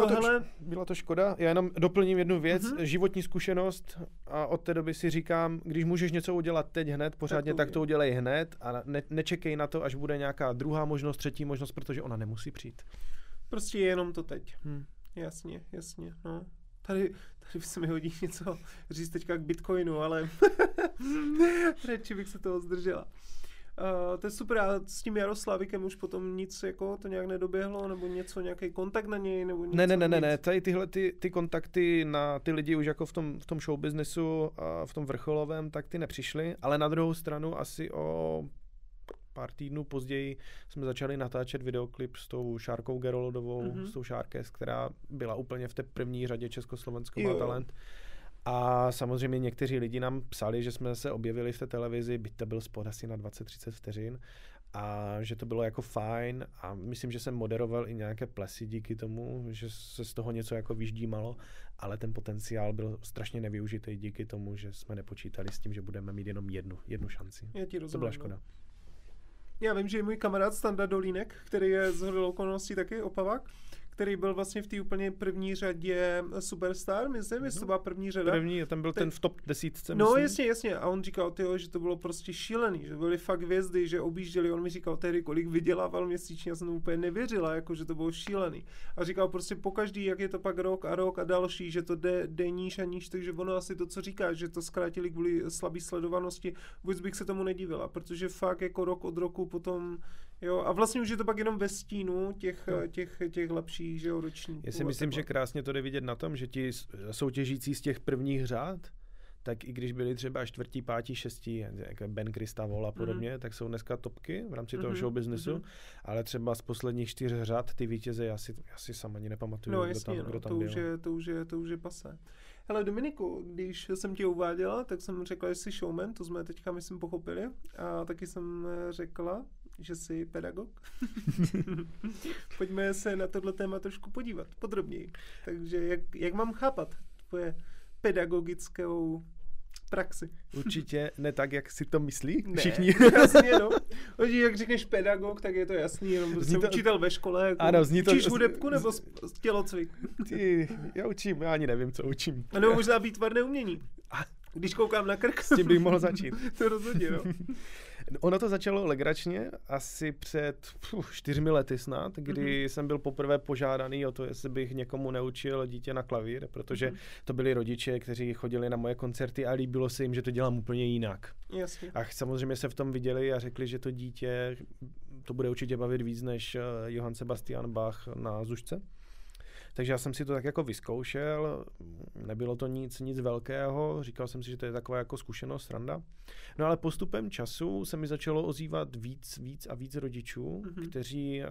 Byla to škoda, já jenom doplním jednu věc, životní zkušenost a od té doby si říkám, když můžeš něco udělat teď hned, pořádně, tak to udělej hned a nečekej na to, až bude nějaká druhá možnost, třetí možnost, protože ona nemusí přijít. Prostě jenom to teď. Jasně, no. Tady se mi hodí něco říct teďka k Bitcoinu, ale radši bych se toho zdržela. To je super, a s tím Jaroslavikem už potom nic jako to nějak nedoběhlo, nebo něco, nějaký kontakt na něj, nebo něco? Ne, tady tyhle ty kontakty na ty lidi už jako v tom showbiznesu a v tom vrcholovém, tak ty nepřišly, ale na druhou stranu asi o pár týdnů později jsme začali natáčet videoklip s tou Šárkou Gerolodovou, s tou Šárkes, která byla úplně v té první řadě Československo má talent. A samozřejmě někteří lidi nám psali, že jsme se objevili v té televizi, byť to byl spot asi na 20-30 vteřin a že to bylo jako fajn a myslím, že jsem moderoval i nějaké plesy díky tomu, že se z toho něco jako vyždímalo, ale ten potenciál byl strašně nevyužitý díky tomu, že jsme nepočítali s tím, že budeme mít jenom jednu šanci. To byla škoda. Já vím, že je můj kamarád Standa Dolínek, který je z hodou okolností taky Opavák, který byl vlastně v té úplně první řadě Superstar, myslím, jestli to byla první řada. První, tam byl ten v top 10. No jasně. A on říkal, že to bylo prostě šílený, že byly fakt hvězdy, že objížděli. On mi říkal tehdy, kolik vydělával měsíčně, já jsem tomu úplně nevěřila, jako, že to bylo šílený. A říkal prostě pokaždý, jak je to pak rok a další, že to jde níž a níž, takže ono asi to, co říkáš, že to zkrátili kvůli slabý sledovanosti, vůbec bych se tomu nedivila, protože fakt jako rok od roku potom, jo, a vlastně už je to pak jenom ve stínu těch lepších, že jo, ročníků. Já si myslím, že krásně to jde vidět na tom, že ti soutěžící z těch prvních řád, tak i když byli třeba 4., 5., 6., jako Ben Kristavol a podobně, tak jsou dneska topky v rámci toho show businessu, ale třeba z posledních 4 řad ty vítěze já si sám ani nepamatuju, no, jasně, kdo tam byl. To už je pasé. Hele Dominiku, když jsem tě uváděla, tak jsem řekla, že jsi showman, to jsme teďka myslím pochopili, a taky jsem řekla, že jsi pedagog. Pojďme se na tohle téma trošku podívat podrobněji. Takže jak mám chápat tvoje pedagogickou praxi? Určitě ne tak, jak si to myslí všichni. Jasně, no. Jak řekneš pedagog, tak je to jasný, jenom prostě učitel ve škole. Jako ano, učíš hudebku nebo tělocvik? Já učím, já ani nevím, co učím. A nebo možná výtvarné umění. Když koukám na krk. S tím bych mohl začít. To rozhodně, no. Ono to začalo legračně asi před 4 lety snad, kdy jsem byl poprvé požádaný o to, jestli bych někomu neučil dítě na klavír, protože to byli rodiče, kteří chodili na moje koncerty a líbilo se jim, že to dělám úplně jinak. Jasně. A samozřejmě se v tom viděli a řekli, že to dítě to bude určitě bavit víc než Johann Sebastian Bach na zušce. Takže já jsem si to tak jako vyzkoušel, nebylo to nic velkého, říkal jsem si, že to je taková jako zkušenost, sranda. No ale postupem času se mi začalo ozývat víc a víc rodičů, kteří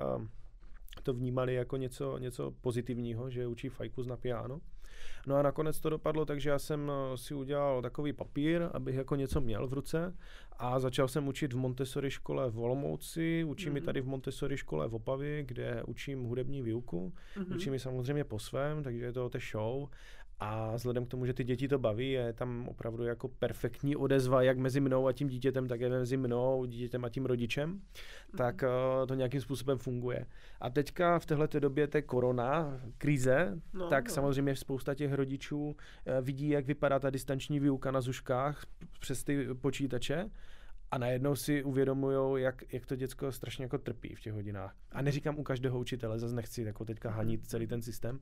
to vnímali jako něco pozitivního, že učí fajkus na piano. No a nakonec to dopadlo, takže já jsem si udělal takový papír, abych jako něco měl v ruce a začal jsem učit v Montessori škole v Olomouci, učím i tady v Montessori škole v Opavě, kde učím hudební výuku, učím ji samozřejmě po svém, takže je to show. A vzhledem k tomu, že ty děti to baví, je tam opravdu jako perfektní odezva jak mezi mnou a tím dítětem, tak i mezi mnou, dítětem a tím rodičem, tak to nějakým způsobem funguje. A teďka v téhleté době té korona krize, samozřejmě spousta těch rodičů vidí, jak vypadá ta distanční výuka na zuškách přes ty počítače a najednou si uvědomujou, jak to děcko strašně jako trpí v těch hodinách. A neříkám u každého učitele, zase nechci jako teďka hanit celý ten systém.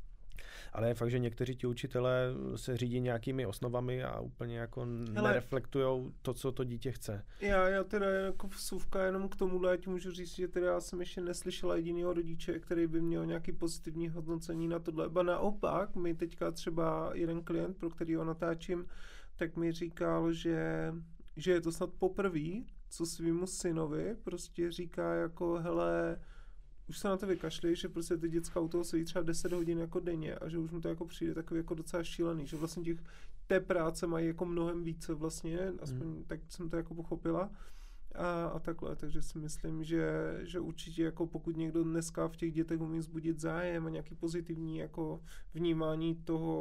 Ale je fakt, že někteří ti učitelé se řídí nějakými osnovami a úplně jako nereflektujou to, co to dítě chce. Já teda jako vsuvka jenom k tomuhle, já ti můžu říct, že teda já jsem ještě neslyšela jedinýho rodiče, který by měl nějaký pozitivní hodnocení na tohle. Ba naopak, mi teďka třeba jeden klient, pro kterýho natáčím, tak mi říkal, že je to snad poprvé, co svýmu synovi prostě říká jako hele, už se na to vykašli, že prostě ty děcka u toho sedí třeba 10 hodin jako denně a že už mu to jako přijde takový jako docela šílený, že vlastně té práce mají jako mnohem více vlastně, aspoň tak jsem to jako pochopila a takhle, takže si myslím, že určitě jako pokud někdo dneska v těch dětech umí vzbudit zájem a nějaký pozitivní jako vnímání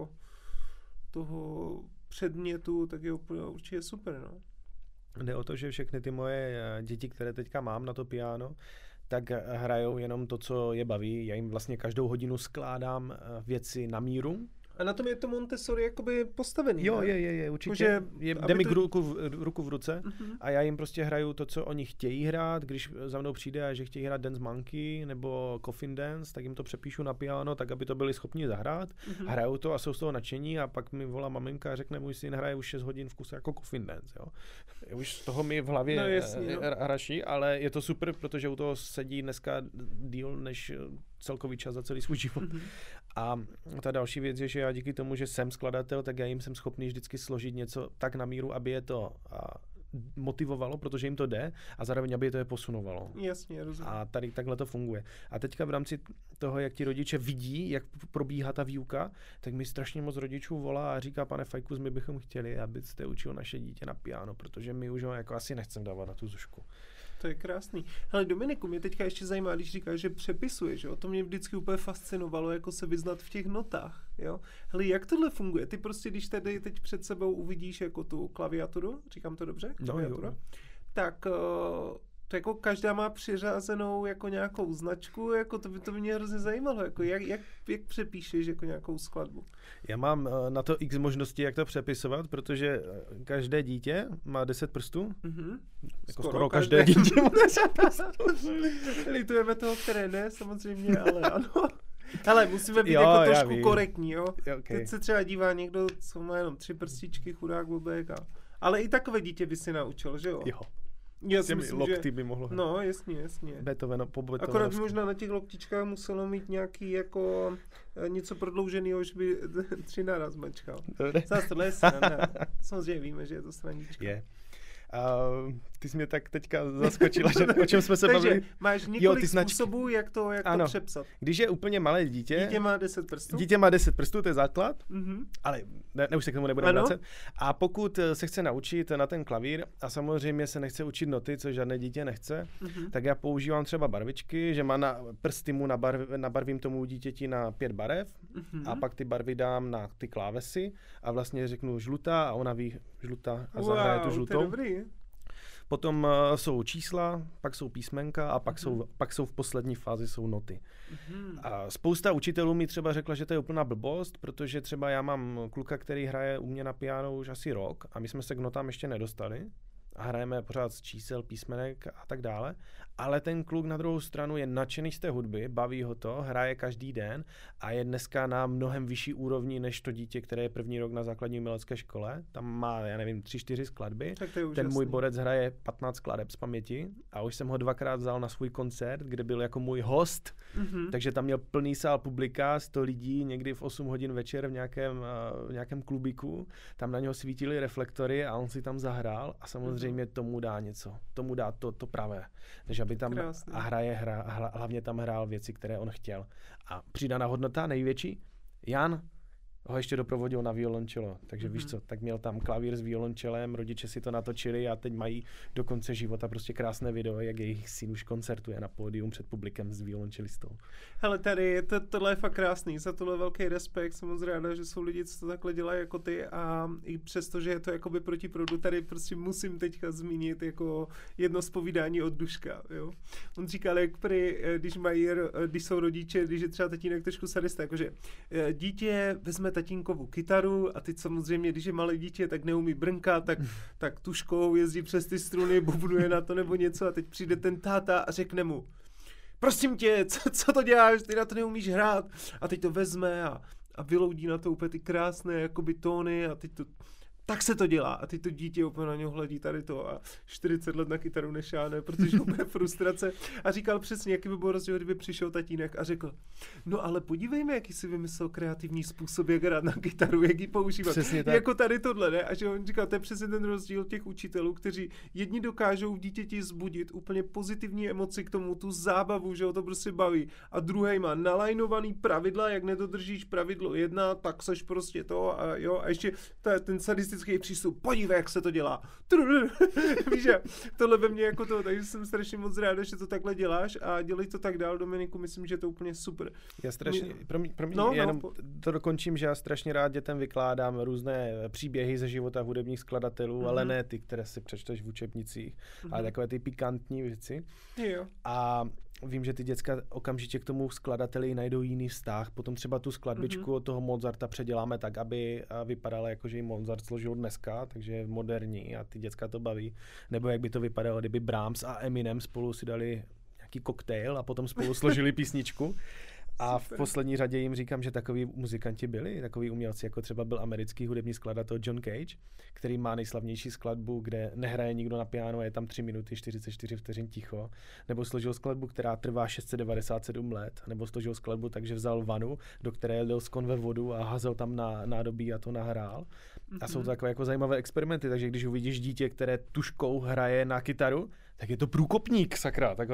toho předmětu, tak je určitě super, no. Jde o to, že všechny ty moje děti, které teďka mám na to piano, tak hrajou jenom to, co je baví. Já jim vlastně každou hodinu skládám věci na míru. A na tom je to Montessori jakoby postavený, jo, je určitě. Jde mi ruku v ruce a já jim prostě hraju to, co oni chtějí hrát. Když za mnou přijde a že chtějí hrát Dance Monkey nebo Coffin Dance, tak jim to přepíšu na piano, tak aby to byli schopni zahrát. Hrajou to a jsou z toho nadšení a pak mi volá maminka a řekne, můj syn hraje už 6 hodin v kuse jako Coffin Dance. Jo. Už z toho mi v hlavě hraší, ale je to super, protože u toho sedí dneska díl než celkový čas za celý svůj život. A ta další věc je, že já díky tomu, že jsem skladatel, tak já jim jsem schopný vždycky složit něco tak na míru, aby je to motivovalo, protože jim to jde, a zároveň, aby je to je posunovalo. Jasně, rozumím. A tady takhle to funguje. A teďka v rámci toho, jak ti rodiče vidí, jak probíhá ta výuka, tak mi strašně moc rodičů volá a říká, pane Fajkus, my bychom chtěli, abyste učil naše dítě na piano, protože my už ho jako asi nechcem dávat na tu zušku. To je krásný. Hele Dominiku, mě teďka ještě zajímá, když říkáš, že přepisuješ, jo? To mě vždycky úplně fascinovalo, jako se vyznat v těch notách, jo? Hele, jak tohle funguje? Ty prostě, když tady teď před sebou uvidíš jako tu klaviaturu, říkám to dobře? Klaviatura? No, tak To jako každá má přiřazenou jako nějakou značku, jako to by mě hrozně zajímalo, jako jak přepíšeš jako nějakou skladbu? Já mám na to x možností, jak to přepisovat, protože každé dítě má 10 prstů. Mm-hmm. Jako skoro každé dítě má 10 prstů. Litujeme toho, které ne, samozřejmě, ale ano. Hele, musíme být jako trošku korektní, jo? Okay. Teď se třeba dívá někdo, co má jenom 3 prstičky, chudák blbek. Ale i takové dítě by si naučil, že jo? Jo. Já si myslím, lokty by mohlo. No, jasně. Akorát by možná na těch loktičkách muselo mít nějaký jako něco prodlouženého, že by 3 naraz mačkal. Zás tohle je sranda. Samozřejmě víme, že je to srandička. Je. Ty jsi mě tak teďka zaskočila, že o čem jsme se bavili. Takže máš několik způsobů, jak to přepsat. Když je úplně malé dítě. Dítě má 10 prstů. Dítě má 10 prstů, to je základ, ale ne, už se k tomu nebudeme vracet. A pokud se chce naučit na ten klavír a samozřejmě se nechce učit noty, což žádné dítě nechce, tak já používám třeba barvičky, že má na prsty mu nabarvím tomu dítěti na 5 barev a pak ty barvy dám na ty klávesy a vlastně řeknu žlutá a ona ví žlutá a zahraje tu žlutou. To je dobrý. Potom jsou čísla, pak jsou písmenka a pak jsou v poslední fázi jsou noty. A spousta učitelů mi třeba řekla, že to je úplná blbost, protože třeba já mám kluka, který hraje u mě na piano už asi rok a my jsme se k notám ještě nedostali a hrajeme pořád z čísel, písmenek a tak dále, ale ten kluk na druhou stranu je nadšený z té hudby, baví ho to, hraje každý den a je dneska na mnohem vyšší úrovni než to dítě, které je první rok na základní umělecké škole. Tam má, 3-4 skladby. Ten můj borec hraje 15 skladeb z paměti a už jsem ho 2krát vzal na svůj koncert, kde byl jako můj host, takže tam měl plný sál publika, 100 lidí, někdy v 8 hodin večer v nějakém klubiku. Tam na něho svítily reflektory a on si tam zahrál a samozřejmě tomu dá něco. Tomu dá to pravé. Než aby tam hlavně tam hrál věci, které on chtěl. A přidaná hodnota největší, Jan ho ještě doprovodil na violončelo, takže víš co, tak měl tam klavír s violončelem, rodiče si to natočili a teď mají do konce života prostě krásné video, jak jejich syn už koncertuje na pódium před publikem s violončelistou. Hele, tady tohle je fakt krásný, za tohle velký respekt, jsem moc ráda, že jsou lidi, co to takhle dělají jako ty a i přesto, že je to jakoby proti proudu, tady prostě musím teďka zmínit jako jedno zpovídání od Duška, jo. On říkal, jak když jsou rodiče, když je třeba tatínek trošku sadista, jakože dítě vezme tatínkovu kytaru a teď samozřejmě, když je malé dítě, tak neumí brnkat, tak tuškou jezdí přes ty struny, bubnuje na to nebo něco a teď přijde ten táta a řekne mu: prosím tě, co to děláš, ty na to neumíš hrát. A teď to vezme a vyloudí na to úplně ty krásné jakoby tóny a teď to, tak se to dělá. A teď to dítě úplně na něho hledí tady to a 40 let na kytaru nešáhne, protože úplně frustrace. A říkal přesně, jaký by byl rozdíl, kdyby přišel tatínek a řekl: no ale podívejme, jaký si vymyslel kreativní způsob, jak hrát na kytaru, jak ji používat. Jako tady tohle, ne? A že on říkal, to je přesně ten rozdíl těch učitelů, kteří jedni dokážou v dítěti zbudit úplně pozitivní emoci k tomu, tu zábavu, že ho to prostě baví. A druhý má nalajnovaný pravidla, jak nedodržíš pravidlo 1, tak seš prostě to a jo. A ještě ten sadistický přístup, podívej, jak se to dělá. Víš, tohle ve mně jako to, takže jsem strašně moc ráda, že to takhle děláš a dělej to tak dál, Dominiku, myslím, že je to úplně super. Já strašně, jenom to dokončím, že já strašně rád dětem vykládám různé příběhy ze života hudebních skladatelů, ale ne ty, které si přečteš v učebnicích, ale takové ty pikantní věci. Jo. A vím, že ty děcka okamžitě k tomu skladateli najdou jiný vztah. Potom třeba tu skladbičku od toho Mozarta předěláme tak, aby vypadala jako, že ji Mozart složil dneska, takže je moderní a ty děcka to baví. Nebo jak by to vypadalo, kdyby Brahms a Eminem spolu si dali nějaký koktejl a potom spolu složili písničku. A v poslední řadě jim říkám, že takoví muzikanti byli, takoví umělci, jako třeba byl americký hudební skladatel John Cage, který má nejslavnější skladbu, kde nehraje nikdo na piano, je tam 3 minuty 44 vteřin ticho, nebo složil skladbu, která trvá 697 let, nebo složil skladbu tak, že vzal vanu, do které lil z konve vodu a házel tam na nádobí a to nahrál. A jsou to takové jako zajímavé experimenty, takže když uvidíš dítě, které tuškou hraje na kytaru, tak je to průkopník, sakra, tak ho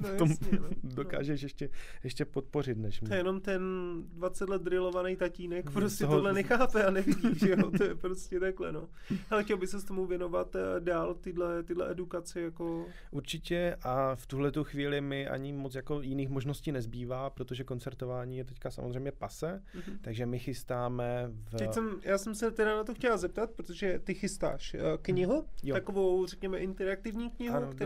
dokážeš ještě podpořit. Než to je jenom ten 20 let drillovaný tatínek, prostě tohle nechápe a nevidí, že jo, to je prostě takhle, no. Ale chtěl by se s tomu věnovat dál, tyhle edukaci, jako... Určitě a v tuhletu chvíli mi ani moc jako jiných možností nezbývá, protože koncertování je teďka samozřejmě pase, takže my chystáme Já jsem se teda na to chtěla zeptat, protože ty chystáš knihu, takovou, řekněme, interaktivní knihu, která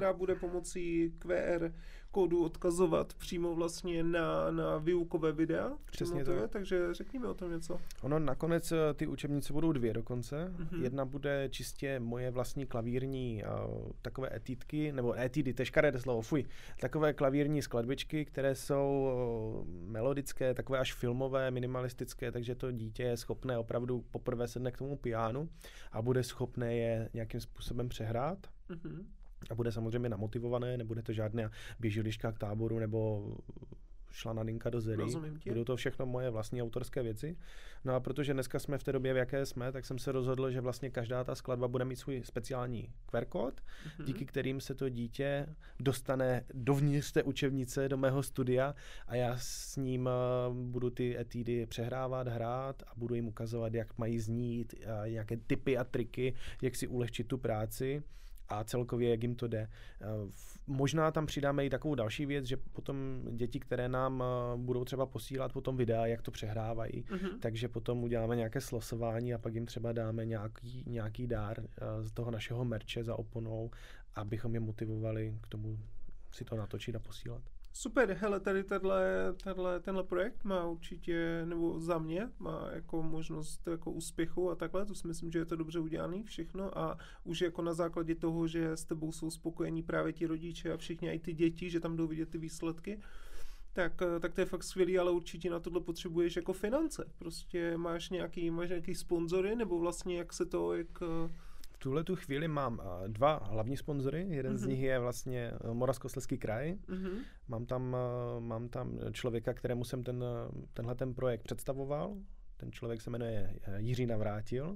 která bude pomocí QR kódu odkazovat přímo vlastně na výukové videa. Přesně tak. Takže řekněme o tom něco. Ono nakonec ty učebnice budou 2 dokonce. Jedna bude čistě moje vlastní klavírní takové etýdky, nebo etídy, to je škaredé slovo, fuj. Takové klavírní skladbičky, které jsou melodické, takové až filmové, minimalistické, takže to dítě je schopné opravdu poprvé sedne k tomu pianu a bude schopné je nějakým způsobem přehrát. A bude samozřejmě namotivované, nebude to žádná běželiška k táboru nebo šlanadinka do zery. Budou to všechno moje vlastní autorské věci. No a protože dneska jsme v té době, v jaké jsme, tak jsem se rozhodl, že vlastně každá ta skladba bude mít svůj speciální QR kód, díky kterým se to dítě dostane dovnitř té učebnice, do mého studia a já s ním budu ty etídy přehrávat, hrát a budu jim ukazovat, jak mají znít, nějaké tipy a triky, jak si ulehčit tu práci. A celkově, jak jim to jde. Možná tam přidáme i takovou další věc, že potom děti, které nám budou třeba posílat potom videa, jak to přehrávají, takže potom uděláme nějaké slosování a pak jim třeba dáme nějaký dár z toho našeho merče za oponou, abychom je motivovali k tomu si to natočit a posílat. Super, hele, tady tenhle projekt má určitě, nebo za mě, má jako možnost jako úspěchu a takhle, to si myslím, že je to dobře udělané všechno a už jako na základě toho, že s tebou jsou spokojení právě ti rodiče a všichni i ty děti, že tam jdou vidět ty výsledky, tak to je fakt skvělý, ale určitě na tohle potřebuješ jako finance. Prostě máš nějaký sponzory, nebo vlastně jak se to, V tuhle tu chvíli mám 2 hlavní sponzory. Jeden z nich je vlastně Moravskoslezský kraj. Mám tam člověka, kterému jsem tenhle projekt představoval. Ten člověk se jmenuje Jiří Navrátil,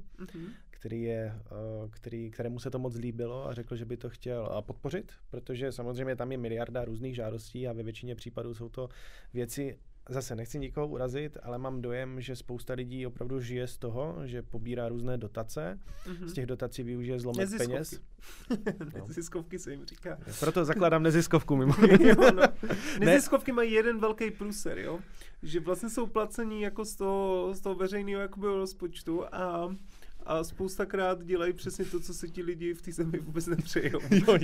kterému se to moc líbilo a řekl, že by to chtěl podpořit, protože samozřejmě tam je miliarda různých žádostí a ve většině případů jsou to věci. Zase nechci nikoho urazit, ale mám dojem, že spousta lidí opravdu žije z toho, že pobírá různé dotace, z těch dotací využije zlomek peněz. Neziskovky se jim říká. Proto zakládám neziskovku mimo. Neziskovky mají jeden velký průser, jo? Že vlastně jsou placení jako z toho veřejného jakoby rozpočtu a spoustakrát dělají přesně to, co se ti lidi v té zemi vůbec nepřejou.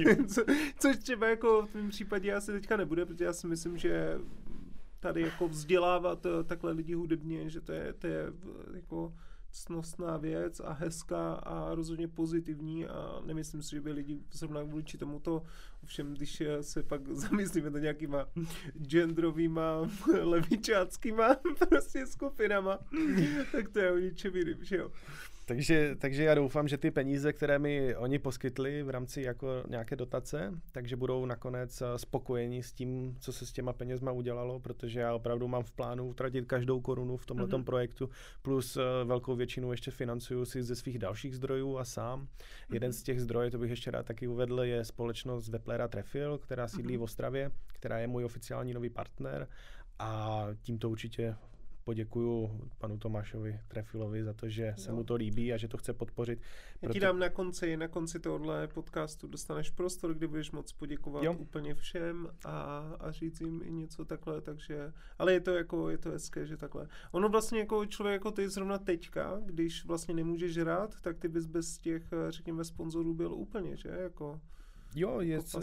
Což třeba jako v mém případě asi teďka nebude, protože já si myslím, že tady jako vzdělávat takhle lidi hudebně, že to je jako ctnostná věc a hezká a rozhodně pozitivní a nemyslím si, že by lidi zrovna vůči tomuto, ovšem když se pak zamyslíme na nějakýma genderovýma, levičáckýma prostě skupinama, tak to je o ničem jiným, že jo. Takže já doufám, že ty peníze, které mi oni poskytli v rámci jako nějaké dotace, takže budou nakonec spokojeni s tím, co se s těma penězma udělalo, protože já opravdu mám v plánu utratit každou korunu v tomhletom projektu, plus velkou většinu ještě financuju si ze svých dalších zdrojů a sám. Jeden z těch zdrojů, to bych ještě rád taky uvedl, je společnost Weplera Trefil, která sídlí v Ostravě, která je můj oficiální nový partner a tímto určitě poděkuju panu Tomášovi Trefilovi za to, že se mu to líbí a že to chce podpořit. Já ti dám na konci tohohle podcastu dostaneš prostor, kde budeš moc poděkovat úplně všem a říct jim i něco takhle, takže, ale je to hezké, že takhle. Ono vlastně jako člověk jako ty zrovna teďka, když vlastně nemůžeš hrát, tak ty bys bez těch, řekněme, sponzorů byl úplně, že? Jako jo,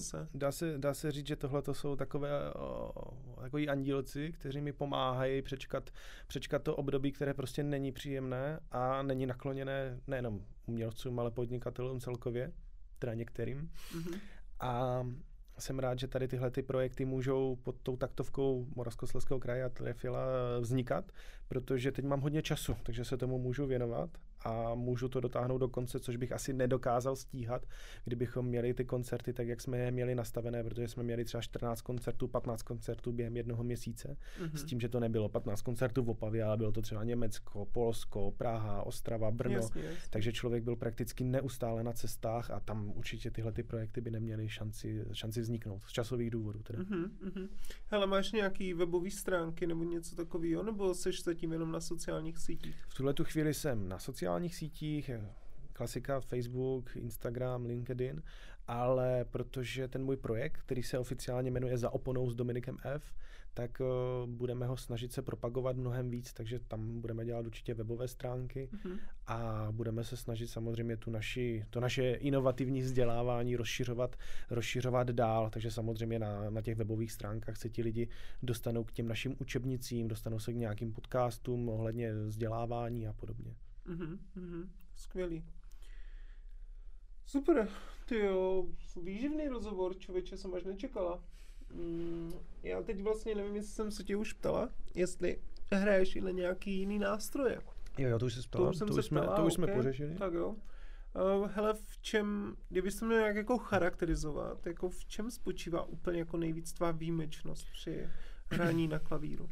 dá se říct, že tohle to jsou takový andílci, kteří mi pomáhají přečkat to období, které prostě není příjemné a není nakloněné nejenom umělcům, ale podnikatelům celkově, teda některým. A jsem rád, že tady tyhle ty projekty můžou pod tou taktovkou Moravskoslezského kraje a Trefila vznikat, protože teď mám hodně času, takže se tomu můžu věnovat a můžu to dotáhnout do konce, což bych asi nedokázal stíhat, kdybychom měli ty koncerty tak, jak jsme je měli nastavené, protože jsme měli třeba 14 koncertů, 15 koncertů během jednoho měsíce, s tím, že to nebylo 15 koncertů v Opavě, ale bylo to třeba Německo, Polsko, Praha, Ostrava, Brno, jasně. Takže člověk byl prakticky neustále na cestách a tam určitě tyhle ty projekty by neměly šanci vzniknout, z časových důvodů teda. Hele, máš nějaký webový stránky nebo něco takového, nebo seš zatím jenom na sociálních sítích? V tuhletu chvíli jsem na sociálních sítích, klasika, Facebook, Instagram, LinkedIn, ale protože ten můj projekt, který se oficiálně jmenuje Za oponou s Dominikem F., tak budeme ho snažit se propagovat mnohem víc, takže tam budeme dělat určitě webové stránky a budeme se snažit samozřejmě to naše inovativní vzdělávání rozšiřovat dál, takže samozřejmě na těch webových stránkách se ti lidi dostanou k těm našim učebnicím, dostanou se k nějakým podcastům ohledně vzdělávání a podobně. Skvělý. Super, tyjo, výživný rozhovor, člověče, jsem až nečekala. Já teď vlastně nevím, jestli jsem se tě už ptala, jestli hraješ i na nějaký jiný nástroje. Jo, to už se ptala, to už jsme pořešili. Tak jo. Hele, v čem, kdybyste měl nějak jako charakterizovat, jako v čem spočívá úplně jako nejvíc tvá výjimečnost při hraní na klavíru?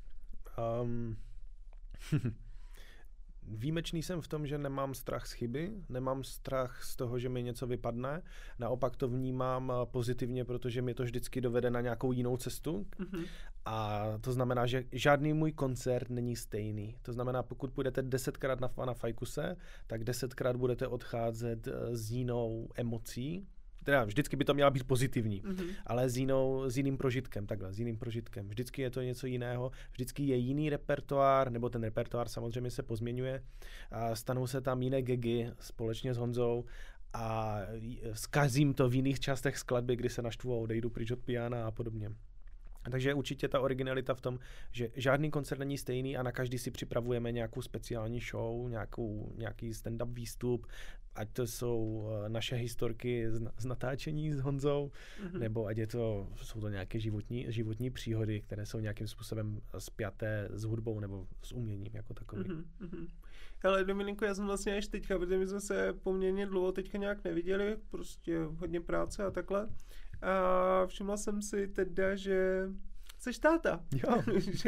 Výjimečný jsem v tom, že nemám strach z chyby, nemám strach z toho, že mi něco vypadne. Naopak to vnímám pozitivně, protože mi to vždycky dovede na nějakou jinou cestu. A to znamená, že žádný můj koncert není stejný. To znamená, pokud půjdete 10krát na Fajkuse, tak 10krát budete odcházet s jinou emocí. Teda vždycky by to měla být pozitivní, ale s jiným prožitkem, takhle, s jiným prožitkem. Vždycky je to něco jiného, vždycky je jiný repertoár, nebo ten repertoár samozřejmě se pozměňuje a stanou se tam jiné gagy společně s Honzou a zkazím to v jiných částech skladby, kdy se naštvu a odejdu pryč od piana a podobně. Takže určitě ta originalita v tom, že žádný koncert není stejný a na každý si připravujeme nějakou speciální show, nějaký stand-up výstup, ať to jsou naše historky z natáčení s Honzou, nebo ať jsou to nějaké životní příhody, které jsou nějakým způsobem spjaté s hudbou nebo s uměním jako takovým. Ale Dominiko, já jsem vlastně až teďka, protože my jsme se poměrně dlouho teďka nějak neviděli, prostě hodně práce a takhle. A všimla jsem si teda, že seš táta. Jo.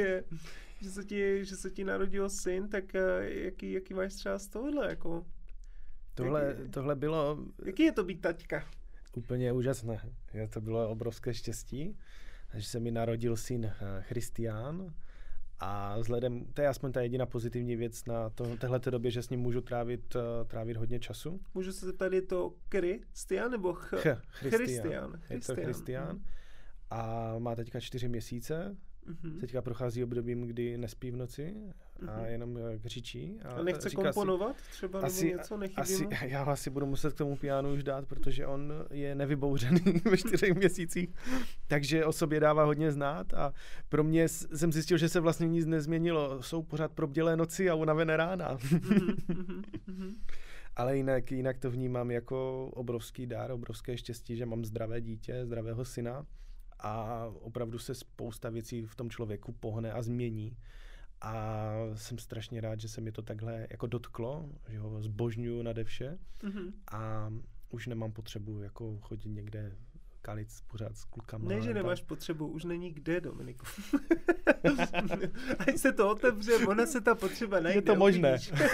že se ti narodil syn, tak jaký máš třeba z tohohle? Jako, tohle bylo... Jaký je to být taťka? Úplně úžasné. To bylo obrovské štěstí, že se mi narodil syn Christian a to je aspoň ta jediná pozitivní věc na téhleté době, že s ním můžu trávit hodně času. Můžu se zeptat, je to Christian nebo Christian? Je to Christian a má teďka 4 měsíce. Teďka prochází obdobím, kdy nespí v noci a jenom křičí. A nechce komponovat třeba nebo něco, nechybí mu? Já asi budu muset k tomu pianu už dát, protože on je nevybouřený ve 4 měsících, takže o sobě dává hodně znát a pro mě jsem zjistil, že se vlastně nic nezměnilo. Jsou pořád probdělé noci a unavené rána. Ale jinak to vnímám jako obrovský dar, obrovské štěstí, že mám zdravé dítě, zdravého syna. A opravdu se spousta věcí v tom člověku pohne a změní. A jsem strašně rád, že se mi to takhle jako dotklo, že ho zbožňuju nade vše. A už nemám potřebu jako chodit někde kalit pořád s klukama. Ne, že nemáš potřebu, už není kde, Dominiku. Ať se to otevře, ona se ta potřeba najde. Je to možné.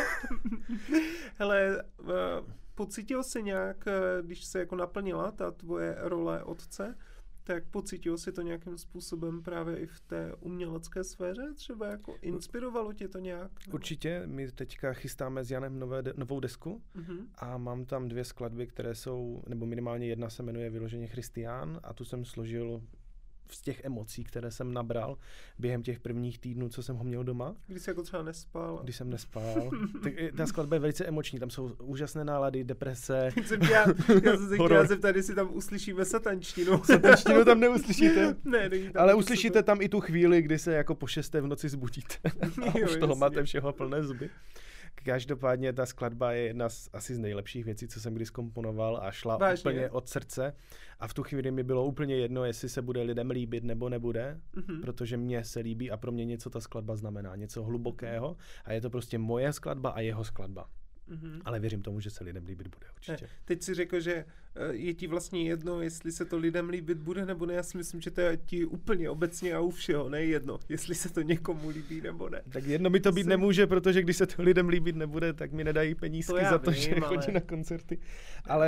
Hele, pocítil jsi nějak, když se jako naplnila ta tvoje role otce, tak pocítil si to nějakým způsobem právě i v té umělecké sféře? Třeba jako inspirovalo tě to nějak? Určitě, my teďka chystáme s Janem novou desku a mám tam 2 skladby, které jsou, nebo minimálně jedna se jmenuje vyloženě Christian a tu jsem složil z těch emocí, které jsem nabral během těch prvních týdnů, co jsem ho měl doma. Když jsi jako třeba nespal. Když jsem nespal. Tak ta skladba je velice emoční, tam jsou úžasné nálady, deprese. Já jsem se chtěla zeptat, jestli tam uslyšíme satanštinu. Satanštinu tam neuslyšíte. Ne, tam ale uslyšíte tam i tu chvíli, kdy se jako po 6. v noci zbudíte. A už toho máte všeho plné zuby. Každopádně ta skladba je jedna asi z nejlepších věcí, co jsem kdy zkomponoval a šla úplně od srdce. A v tu chvíli mi bylo úplně jedno, jestli se bude lidem líbit nebo nebude, protože mně se líbí a pro mě něco ta skladba znamená, něco hlubokého a je to prostě moje skladba a jeho skladba. Ale věřím tomu, že se lidem líbit bude určitě. Teď si řekl, že je ti vlastně jedno, jestli se to lidem líbit bude nebo ne. Já si myslím, že to je ti úplně obecně a u všeho, ne jedno, jestli se to někomu líbí nebo ne. Tak jedno mi to být nemůže, protože když se to lidem líbit nebude, tak mi nedají penízky za to, že chodí na koncerty.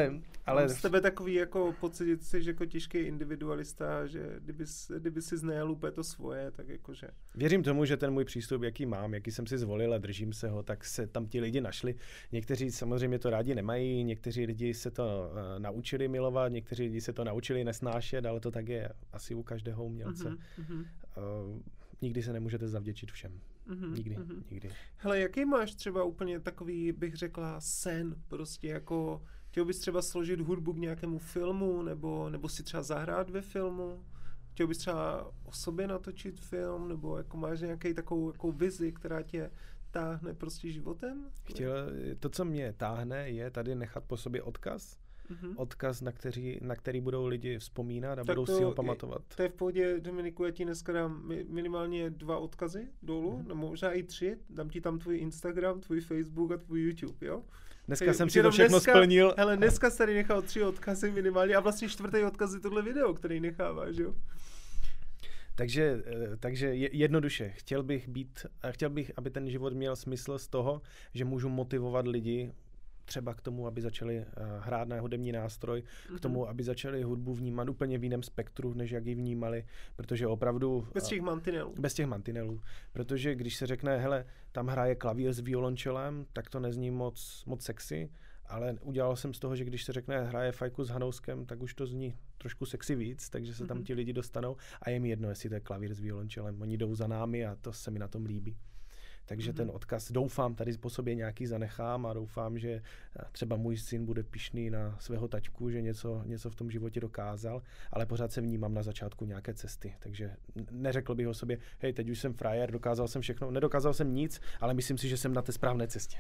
Ale z tebe takový jako pocit, že jsi jako těžký individualista, že kdyby si znal úplně to svoje, tak jakože... Věřím tomu, že ten můj přístup, jaký mám, jaký jsem si zvolil a držím se ho, tak se tam ti lidi našli. Někteří samozřejmě to rádi nemají, někteří lidi se to naučili milovat, někteří lidi se to naučili nesnášet, ale to tak je asi u každého umělce. Nikdy se nemůžete zavděčit všem. Nikdy. Hele, jaký máš třeba úplně takový, bych řekla, sen, prostě jako... Chtěl bys třeba složit hudbu k nějakému filmu, nebo si třeba zahrát ve filmu? Chtěl bys třeba o sobě natočit film, nebo jako máš nějaký takovou vizi, která tě táhne prostě životem? To, co mě táhne, je tady nechat po sobě odkaz. Odkaz, na který budou lidi vzpomínat a tak budou si ho pamatovat. To je v pohodě, Dominiku, já ti dneska dám minimálně 2 odkazy dolů, nebo možná i 3. Dám ti tam tvůj Instagram, tvůj Facebook a tvůj YouTube, jo? Dneska jsem si to všechno splnil. Hele, dneska jsi tady nechal 3 odkazy minimálně a vlastně 4. odkaz je tohle video, který necháváš, jo? Takže jednoduše, chtěl bych, aby ten život měl smysl z toho, že můžu motivovat lidi třeba k tomu, aby začali hrát na hudební nástroj, k tomu, aby začali hudbu vnímat úplně v jiném spektru, než jak ji vnímali, protože opravdu... Bez těch mantinelů. Protože když se řekne, hele, tam hraje klavír s violončelem, tak to nezní moc sexy, ale udělal jsem z toho, že když se řekne, hraje fajku s Hanouskem, tak už to zní trošku sexy víc, takže se tam ti lidi dostanou a je mi jedno, jestli to je klavír s violončelem. Oni jdou za námi a to se mi na tom líbí. Takže ten odkaz doufám tady po sobě nějaký zanechám a doufám, že třeba můj syn bude pyšný na svého taťku, že něco v tom životě dokázal, ale pořád se vnímám na začátku nějaké cesty. Takže neřekl bych o sobě, hej, teď už jsem frajer, dokázal jsem všechno, nedokázal jsem nic, ale myslím si, že jsem na té správné cestě.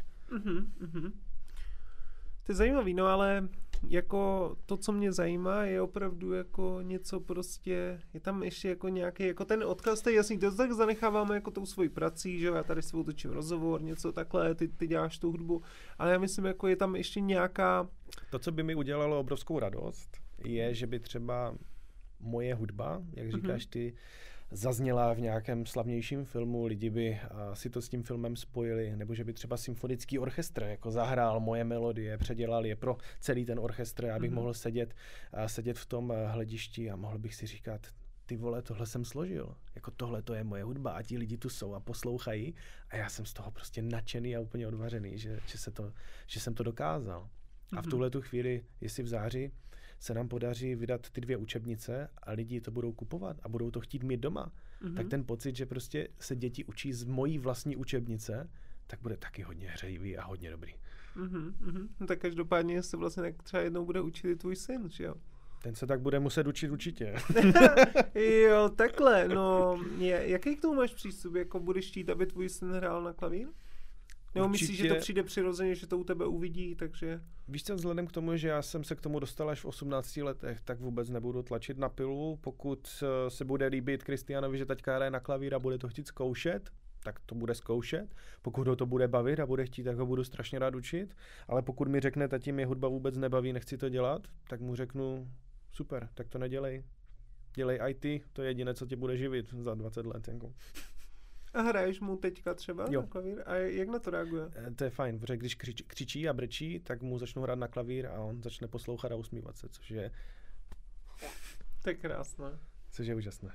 To je zajímavý, no ale jako to, co mě zajímá, je opravdu jako něco prostě, je tam ještě jako nějaký, jako ten odkaz, to je jasný, to tak zanecháváme jako tou svojí prací, že já tady svou točím rozhovor, něco takhle, ty děláš tu hudbu, ale já myslím, jako je tam ještě nějaká... To, co by mi udělalo obrovskou radost, je, že by třeba moje hudba, jak říkáš ty, zazněla v nějakém slavnějším filmu, lidi by si to s tím filmem spojili, nebo že by třeba symfonický orchestr jako zahrál moje melodie, předělal je pro celý ten orchestr, abych mohl sedět v tom hledišti a mohl bych si říkat, ty vole, tohle jsem složil, jako tohle to je moje hudba a ti lidi tu jsou a poslouchají a já jsem z toho prostě nadšený a úplně odvařený, že jsem to dokázal. A v tuhletu chvíli, jestli v září se nám podaří vydat ty 2 učebnice a lidi to budou kupovat a budou to chtít mít doma, tak ten pocit, že prostě se děti učí z mojí vlastní učebnice, tak bude taky hodně hřejivý a hodně dobrý. No tak každopádně se vlastně tak třeba jednou bude učit i tvůj syn, že jo? Ten se tak bude muset učit určitě. Jo, takhle, no, jaký k tomu máš přístup, jako budeš chtít, aby tvůj syn hrál na klavír? Nebo myslíš, že to přijde přirozeně, že to u tebe uvidí, takže... Víš co, vzhledem k tomu, že já jsem se k tomu dostal až v 18 letech, tak vůbec nebudu tlačit na pilu. Pokud se bude líbit Kristianovi, že taťka hraje na klavír a bude to chtít zkoušet, tak to bude zkoušet. Pokud ho to bude bavit a bude chtít, tak ho budu strašně rád učit. Ale pokud mi řekne, tati, mě hudba vůbec nebaví, nechci to dělat, tak mu řeknu, super, tak to nedělej. Dělej IT, to je jediné, co tě bude živit za 20 let. Jako. A hraješ mu teďka třeba na klavír? A jak na to reaguje? To je fajn, protože když křičí a brečí, tak mu začnu hrát na klavír a on začne poslouchat a usmívat se, což je... To je krásné. Což je úžasné.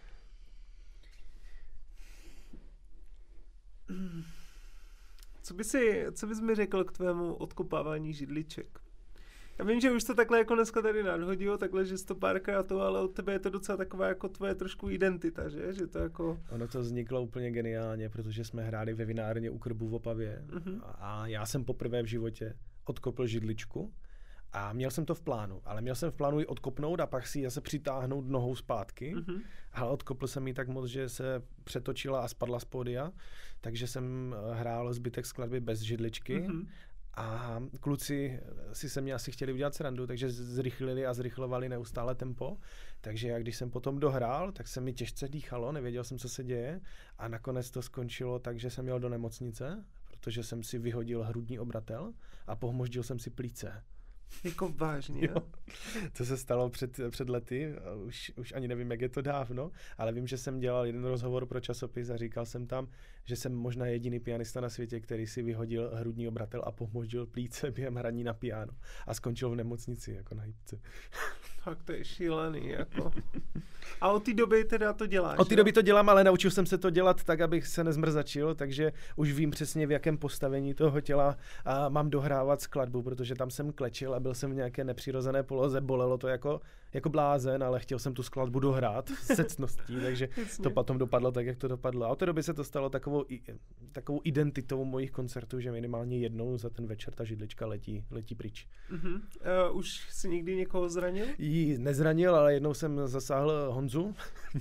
Co bys mi řekl k tvému odkopávání židliček? Já vím, že už to takhle jako dneska tady nadhodilo, takhle, že jsi to párkrát to, ale od tebe je to docela taková jako tvoje trošku identita, že? Že to jako... Ono to vzniklo úplně geniálně, protože jsme hráli ve vinárně u Krbu v Opavě a já jsem poprvé v životě odkopl židličku a měl jsem to v plánu, ale měl jsem v plánu ji odkopnout a pak si ji zase přitáhnout nohou zpátky, ale odkopl jsem ji tak moc, že se přetočila a spadla z pódia, takže jsem hrál zbytek skladby bez židličky. A kluci si se mě asi chtěli udělat srandu, takže zrychlili a zrychlovali neustále tempo. Takže já, když jsem potom dohrál, tak se mi těžce dýchalo, nevěděl jsem, co se děje. A nakonec to skončilo tak, že jsem jel do nemocnice, protože jsem si vyhodil hrudní obratel a pohmoždil jsem si plíce. Jako vážně? Jo. To se stalo před lety, už ani nevím, jak je to dávno, ale vím, že jsem dělal jeden rozhovor pro časopis a říkal jsem tam, že jsem možná jediný pianista na světě, který si vyhodil hrudní obratel a pomožil plíce během hraní na piano a skončil v nemocnici jako na jipce. Tak to je šílený, jako. A od té doby teda to děláš? Od té doby to dělám, ale naučil jsem se to dělat tak, abych se nezmrzačil, takže už vím přesně, v jakém postavení toho těla a mám dohrávat skladbu, protože tam jsem klečil a byl jsem v nějaké nepřirozené poloze, bolelo to jako blázen, ale chtěl jsem tu skladbu dohrát se ctností, takže to potom dopadlo tak, jak to dopadlo. A od té doby se to stalo takovou identitou mojich koncertů, že minimálně jednou za ten večer ta židlička letí pryč. Už jsi někdy někoho zranil? Jí nezranil, ale jednou jsem zasáhl Honzu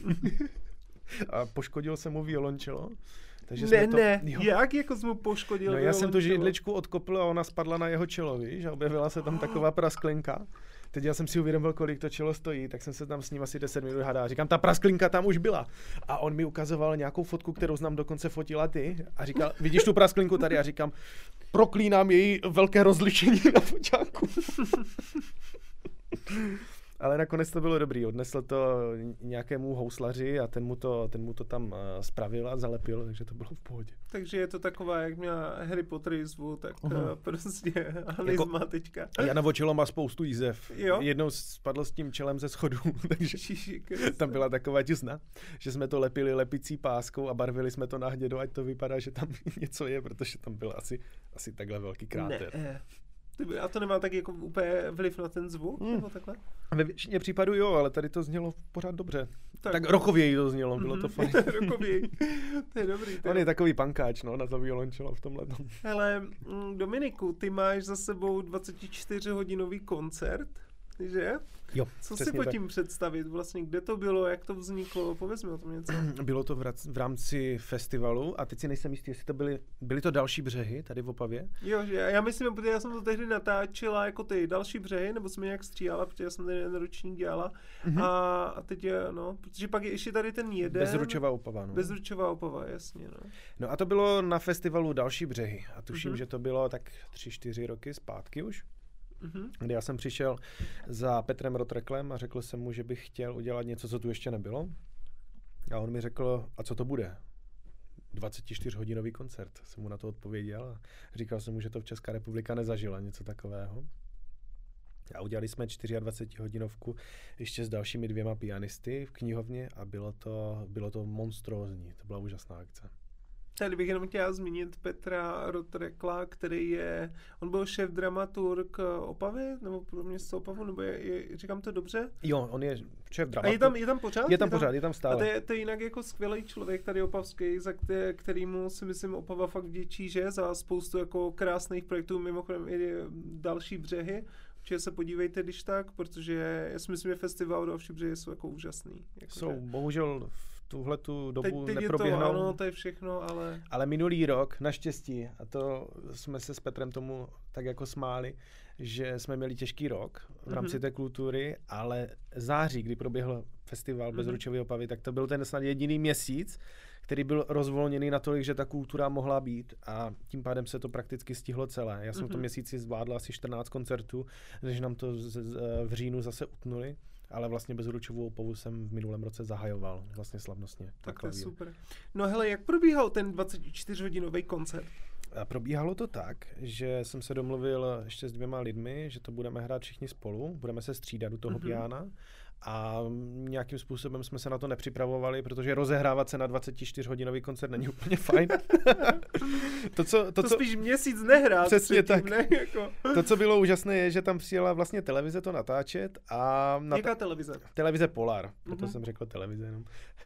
a poškodil jsem mu violončelo. Takže jak jako jsi mu poškodil violončelo? Já jsem tu židličku odkopl a ona spadla na jeho čelo, víš, a objevila se tam taková prasklinka. Teď já jsem si uvědomil, kolik to čelo stojí, tak jsem se tam s ním asi 10 minut hádal. Říkám, ta prasklinka tam už byla. A on mi ukazoval nějakou fotku, kterou znám dokonce fotila ty. A říkal, vidíš tu prasklinku tady? A říkám, proklínám její velké rozlišení na foťáku. Ale nakonec to bylo dobrý. Odnesl to nějakému houslaři a ten mu to tam spravil a zalepil, takže to bylo v pohodě. Takže je to taková, jak měla Harry Potter jizvu, tak prostě Anisma jako, teďka. Janovo čelo má spoustu jízev. Jednou spadl s tím čelem ze schodů, takže tam byla taková těsna, že jsme to lepili lepicí páskou a barvili jsme to na hnědo, ať to vypadá, že tam něco je, protože tam byl asi takhle velký kráter. Ne. A to nemá tak jako úplně vliv na ten zvuk? Nebo takhle? Ve většině případů jo, ale tady to znělo pořád dobře. Tak rokověji to znělo, bylo to fajn. Rokověji, to je dobrý. On je takový pankáč, no, na to violončelo v tomhle. Hele, Dominiku, ty máš za sebou 24-hodinový koncert, že? Jo, co si pod tím představit? Vlastně, kde to bylo, jak to vzniklo? Pověz mi o tom něco. Bylo to v rámci festivalu a teď si nejsem jistý, jestli to byly to Další břehy tady v Opavě. Jo, že já myslím, protože já jsem to tehdy natáčela jako ty Další břehy, nebo jsem nějak stříhala, protože já jsem tady jeden ročník dělala. A teď protože pak je ještě tady ten jeden. Bezručová Opava, no. Bezručová Opava, jasně, no. No a to bylo na festivalu Další břehy a tuším, že to bylo tak 3-4 roky zpátky už. Kdy já jsem přišel za Petrem Rotreklem a řekl jsem mu, že bych chtěl udělat něco, co tu ještě nebylo. A on mi řekl, a co to bude? 24-hodinový koncert. Jsem mu na to odpověděl a říkal jsem mu, že to v Česká republika nezažila, něco takového. A udělali jsme 24-hodinovku ještě s dalšími 2 pianisty v knihovně a bylo to monstrózní. To byla úžasná akce. Tady bych jenom chtěla zmínit Petra Rotrekla, on byl šéf-dramaturg Opavy, nebo pro město Opavu, nebo říkám to dobře? Jo, on je šéf-dramaturg. A je tam pořád? Je tam stále. A to je jinak jako skvělý člověk tady opavský, za kterýmu si myslím Opava fakt vděčí, že? Za spoustu jako krásných projektů, mimochodem i Další břehy. Určitě se podívejte, když tak, protože já si myslím, že festival Další břehy jsou jako úžasný. Jako jsou, bohužel tuhletu dobu teď neproběhnou. Je to, ano, to je všechno, ale... Ale minulý rok, naštěstí, a to jsme se s Petrem tomu tak jako smáli, že jsme měli těžký rok v rámci té kultury, ale září, kdy proběhl festival Bezručové Opavy, tak to byl ten snad jediný měsíc, který byl rozvolněný natolik, že ta kultura mohla být a tím pádem se to prakticky stihlo celé. Já jsem v tom měsíci zvládl asi 14 koncertů, než nám to v říjnu zase utnuli. Ale vlastně Bezručovou Opavu jsem v minulém roce zahajoval vlastně slavnostně. Tak to je super. No hele, jak probíhal ten 24-hodinový koncert? A probíhalo to tak, že jsem se domluvil ještě s 2 lidmi, že to budeme hrát všichni spolu, budeme se střídat u toho piana a nějakým způsobem jsme se na to nepřipravovali, protože rozehrávat se na 24-hodinový koncert není úplně fajn. to spíš měsíc nehrát. Přesně tak. Ne, jako. To, co bylo úžasné, je, že tam přijela vlastně televize to natáčet a... Jaká televize? Televize Polar, proto jsem řekl televize jenom.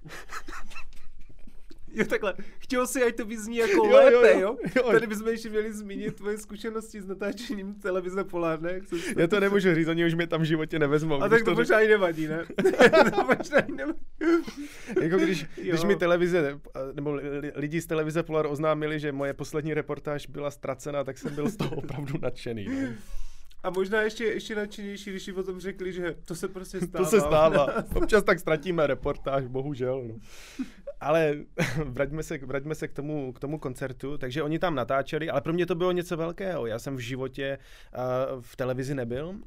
Jo, takhle. Chtěl si, ať to vyzní jako lépe, jo? Tady bychom ještě měli zmínit tvoje zkušenosti s natáčením televize Polar, ne? Já to nemůžu říct, oni už mě tam v životě nevezmou. A tak to možná i nevadí, ne? Jako když mi televize, nebo lidi z televize Polar oznámili, že moje poslední reportáž byla ztracena, tak jsem byl z toho opravdu nadšený. No. A možná ještě nadšenější, když o tom řekli, že to se prostě stává. To se stává. Občas tak ztratíme reportáž, bohužel. No. ale vraťme se k tomu koncertu. Takže oni tam natáčeli, ale pro mě to bylo něco velkého. Já jsem v životě v televizi nebyl,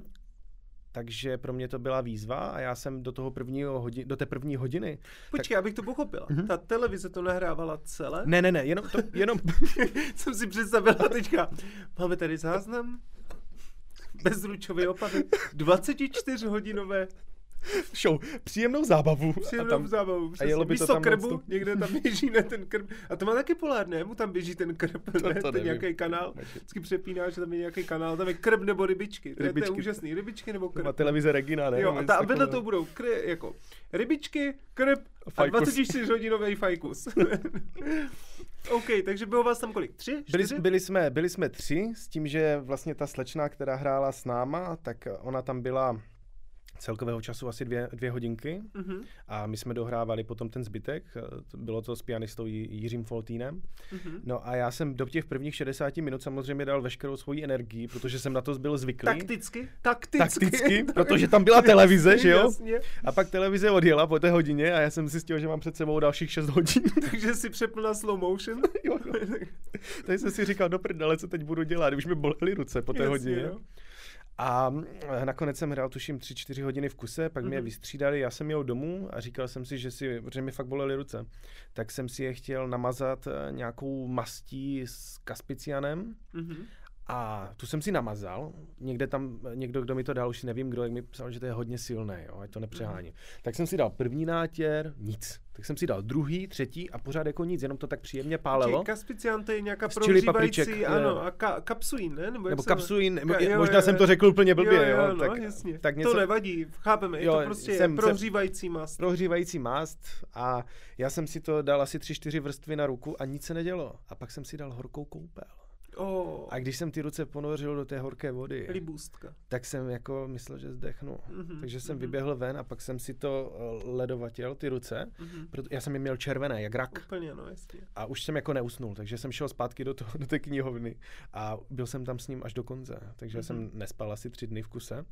takže pro mě to byla výzva a já jsem do té první hodiny. Počkej, abych to pochopila. Ta televize to nahrávala celé? Ne, jenom... Jsem si představila teďka. Máme tady záznam? Bezručový opadek. 24-hodinové show. Příjemnou zábavu. Zábavu. Místo krbu, někde tam běží ten krb. A to má taky polárné, mu tam běží ten krb, to nějaký kanál. Vždycky přepíná, že tam je nějaký kanál, tam je krb nebo rybičky. To je úžasný. Rybičky nebo krb. Má televize Regina, ne? Jo, a vedle toho budou jako rybičky, krb a 24-hodinový fajkus. OK, takže bylo vás tam kolik? 3? 4? Byli jsme 3, s tím, že vlastně ta slečna, která hrála s náma, tak ona tam byla celkového času asi 2 hodinky a my jsme dohrávali potom ten zbytek, bylo to s pianistou Jiřím Foltínem. No a já jsem do těch prvních 60 minut samozřejmě dal veškerou svoji energii, protože jsem na to byl zvyklý. Takticky, protože tam byla televize, že jo? Jasně. A pak televize odjela po té hodině a já jsem zjistil, že mám před sebou dalších 6 hodin. Takže si přepl na slow motion? Jo. Takže jsem si říkal, do prdele, co teď budu dělat, už mi bolely ruce po té hodině. Jo. A nakonec jsem hrál tuším 3-4 hodiny v kuse, pak mě vystřídali, já jsem jel domů a říkal jsem si, že mi fakt bolely ruce, tak jsem si je chtěl namazat nějakou mastí s kaspicianem a tu jsem si namazal, někdo, kdo mi to dal, už si nevím kdo, jak mi psal, že to je hodně silné, jo, ať to nepřeháním. Tak jsem si dal první nátěr, nic. Tak jsem si dal druhý, třetí a pořád jako nic, jenom to tak příjemně pálelo. Kaspicián to je nějaká prohřívající, ano, a kapsuin, ne? Nebo kapsuin, možná jsem to řekl úplně blbě, jo. No, tak, jasně. Tak něco, to nevadí, chápeme, je to prostě prohřívající mast. Prohřívající mast a já jsem si to dal asi 3-4 vrstvy na ruku a nic se nedělo. A pak jsem si dal horkou koupel. A když jsem ty ruce ponořil do té horké vody, libůstka, tak jsem jako myslel, že zdechnu. Takže jsem vyběhl ven a pak jsem si to ledovatěl, ty ruce. Já jsem je měl červené, jak rak. Úplně, no, jasně. A už jsem jako neusnul, takže jsem šel zpátky do té knihovny a byl jsem tam s ním až do konce. Takže jsem nespal asi 3 dny v kuse.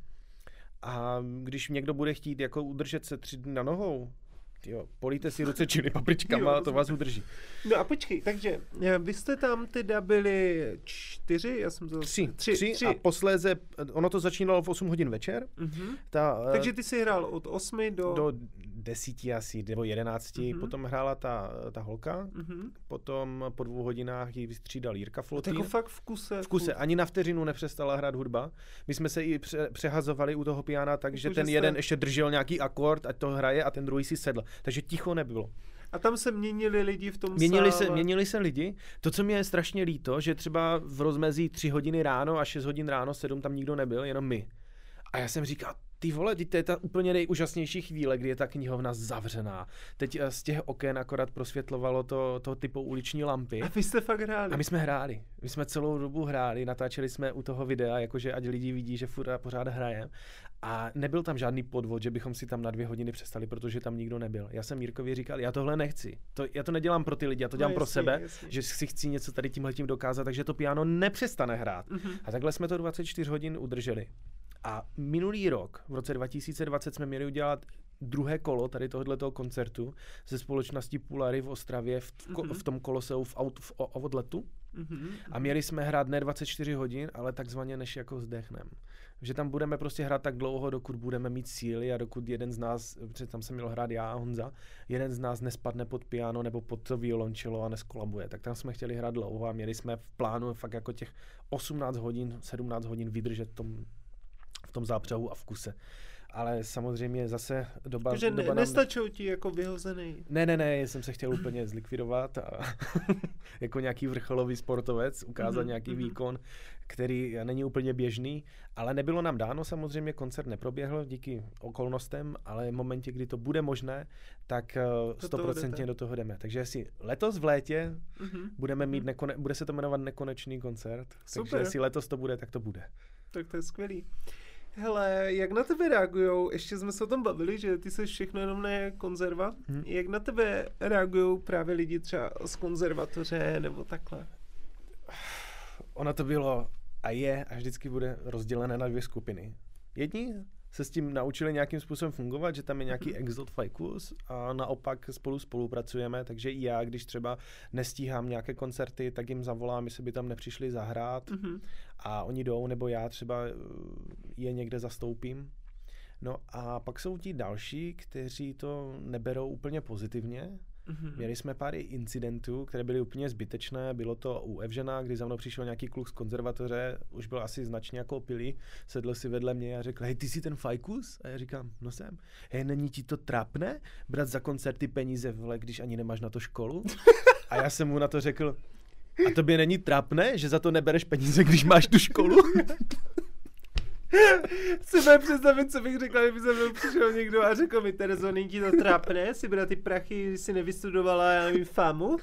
A když někdo bude chtít jako udržet se 3 dny na nohou, jo, políte si ruce čili papričkama a to vás udrží. No a počkej, takže vy jste tam teda byli 4, já jsem to... 3 a posléze, ono to začínalo v 8 hodin večer. Takže ty jsi hrál od 8 do 10 asi, nebo 11, potom hrála ta holka, potom po 2 hodinách ji vystřídal Jirka Flotín. Jako fakt v kuse, ani na vteřinu nepřestala hrát hudba. My jsme se i přehazovali u toho piana, takže ten jeden ještě držel nějaký akord, ať to hraje a ten druhý si sedl. Takže ticho nebylo. A tam se měnili lidi v tom sále? Měnili se lidi. To, co mi je strašně líto, že třeba v rozmezí 3 hodiny ráno a 6 hodin ráno, 7 tam nikdo nebyl, jenom my. A já jsem říkal, ty vole, to je ta úplně nejúžasnější chvíle, kdy je ta knihovna zavřená. Teď z těch oken akorát prosvětlovalo to typu uliční lampy. A vy jste fakt hráli? A my jsme hráli. My jsme celou dobu hráli, natáčeli jsme u toho videa, jakože ať lidi vidí, že furt pořád hrajem. A nebyl tam žádný podvod, že bychom si tam na 2 hodiny přestali, protože tam nikdo nebyl. Já jsem Jirkovi říkal, já tohle nechci. Já to nedělám pro ty lidi, já to dělám pro sebe, že si chci něco tady tímhletím dokázat, takže to piano nepřestane hrát. A takhle jsme to 24 hodin udrželi. A minulý rok, v roce 2020, jsme měli udělat druhé kolo tady tohoto koncertu ze společností Pulary v Ostravě v tom koloseu v Outletu. A měli jsme hrát ne 24 hodin, ale takzvaně než jako zdechnem. Že tam budeme prostě hrát tak dlouho, dokud budeme mít síly a dokud jeden z nás, protože tam jsem měl hrát já a Honza, jeden z nás nespadne pod piano nebo pod to violoncello a neskolabuje. Tak tam jsme chtěli hrát dlouho a měli jsme v plánu fakt jako těch 18 hodin, 17 hodin vydržet v tom zápřehu a v kuse. Ale samozřejmě zase doba... Takže nestačil ti jako vyhozený? Ne, jsem se chtěl úplně zlikvidovat a jako nějaký vrcholový sportovec, ukázat nějaký výkon, který není úplně běžný, ale nebylo nám dáno, samozřejmě koncert neproběhl díky okolnostem, ale v momentě, kdy to bude možné, tak 100% do toho jdeme. Takže jestli letos v létě budeme mít bude se to jmenovat Nekonečný koncert, super. Takže jestli letos to bude, tak to bude. Tak to je skvělý. Hele, jak na tebe reagujou, ještě jsme se o tom bavili, že ty jsi všechno jenom ne konzerva, jak na tebe reagují právě lidi třeba z konzervatoře nebo takhle? Ono to bylo a je a vždycky bude rozdělené na 2 skupiny. Jedni se s tím naučili nějakým způsobem fungovat, že tam je nějaký exot fajkus a naopak spolupracujeme, takže i já, když třeba nestíhám nějaké koncerty, tak jim zavolám, jestli by tam nepřišli zahrát a oni jdou, nebo já třeba je někde zastoupím. No a pak jsou ti další, kteří to neberou úplně pozitivně. Měli jsme pár incidentů, které byly úplně zbytečné. Bylo to u Evžena, kdy za mnou přišel nějaký kluk z konzervatoře, už byl asi značně jako opilý, sedl si vedle mě a řekl, hej, ty jsi ten fajkus? A já říkám, no jsem. Hej, není ti to trapné brát za koncerty peníze, vle, když ani nemáš na to školu? A já jsem mu na to řekl, a tobě není trapné, že za to nebereš peníze, když máš tu školu? Si bude představit, co bych řekla, kdyby se mnou přišel někdo a řekl mi, Terezo, není ti to trápné, si brát ty prachy, když si nevystudovala, já nevím, FAMu?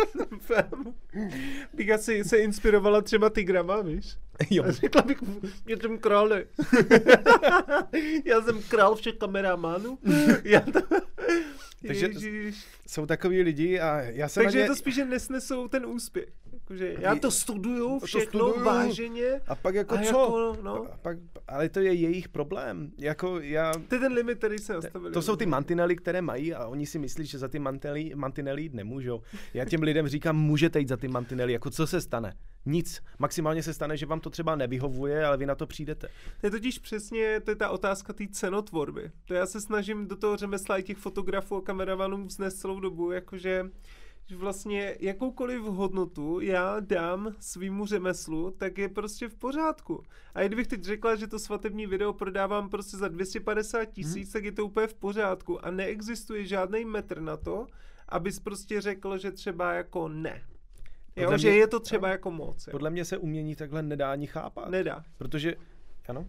Bych asi se inspirovala 3 tygrama, víš? Jo. A řekla bych, já jsem král, ne? Já jsem král všech kameramanů. Takže jsou takový lidi a já jsem takže je to spíš, že nesnesou ten úspěch. Jakože já to studuju všechno váženě. A pak jako a co? Jako, no. A pak, ale to je jejich problém. Jako já... To je ten limit, který se nastavili. To jsou ty mantinely, které mají a oni si myslí, že za ty mantinely jít nemůžou. Já těm lidem říkám, můžete jít za ty mantinely. Jako co se stane? Nic. Maximálně se stane, že vám to třeba nevyhovuje, ale vy na to přijdete. To je totiž přesně, to je ta otázka té cenotvorby. To já se snažím do toho řemesla i těch fotografů a kameramanů vznést celou dobu, jakože že vlastně jakoukoliv hodnotu já dám svýmu řemeslu, tak je prostě v pořádku. A kdybych teď řekla, že to svatební video prodávám prostě za 250 000, tak je to úplně v pořádku. A neexistuje žádný metr na to, abys prostě řekl, že třeba jako ne. Jo, že je to třeba jako moc. Podle mě se umění takhle nedá ani chápat. Nedá. Protože, ano?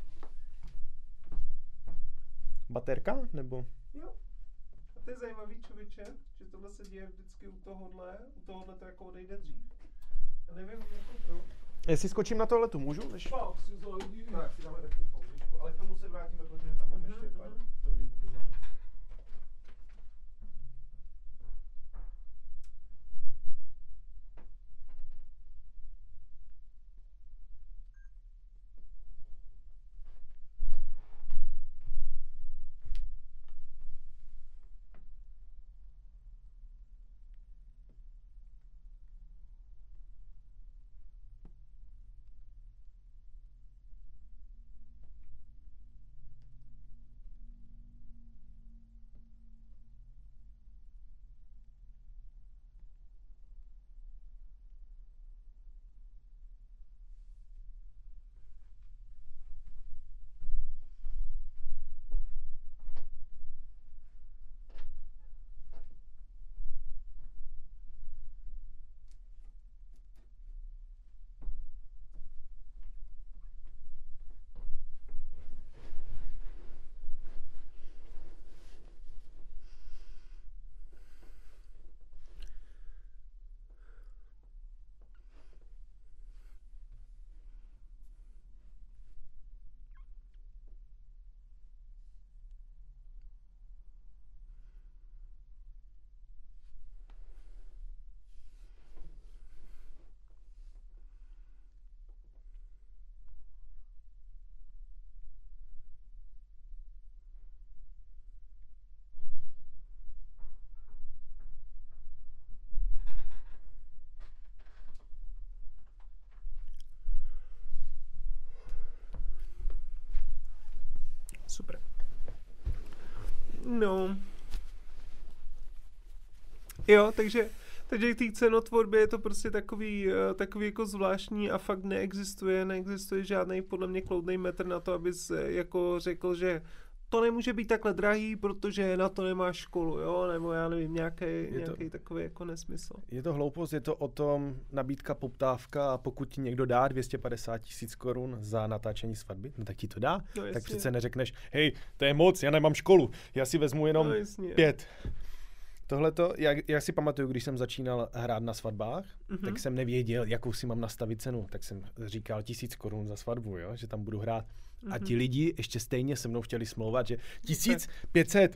Baterka, nebo? Jo. A to je zajímavý, člověče, že tohle se děje vždycky u tohohle to jako odejde dřív. Já nevím, jako proč. Jestli skočím na tohletu, můžu? No, si dáme takovou pauzičku, ale k tomu se vrátíme, protože tam máme ještě pár dobrý poznámek. Super. No. Jo, takže k té cenotvorbě je to prostě takový jako zvláštní a fakt neexistuje žádný podle mě kloudný metr na to, abys jako řekl, že to nemůže být takhle drahý, protože na to nemáš školu, jo, nebo já nevím, nějaký takový jako nesmysl. Je to hloupost, je to o tom nabídka, poptávka a pokud ti někdo dá 250 000 korun za natáčení svatby, no tak ti to dá, no, tak přece neřekneš, hej, to je moc, já nemám školu, já si vezmu jenom 5. Tohleto, já si pamatuju, když jsem začínal hrát na svatbách, tak jsem nevěděl, jakou si mám nastavit cenu, tak jsem říkal 1000 korun za svatbu, jo, že tam budu hrát. A ti lidi ještě stejně se mnou chtěli smlouvat, že 1500.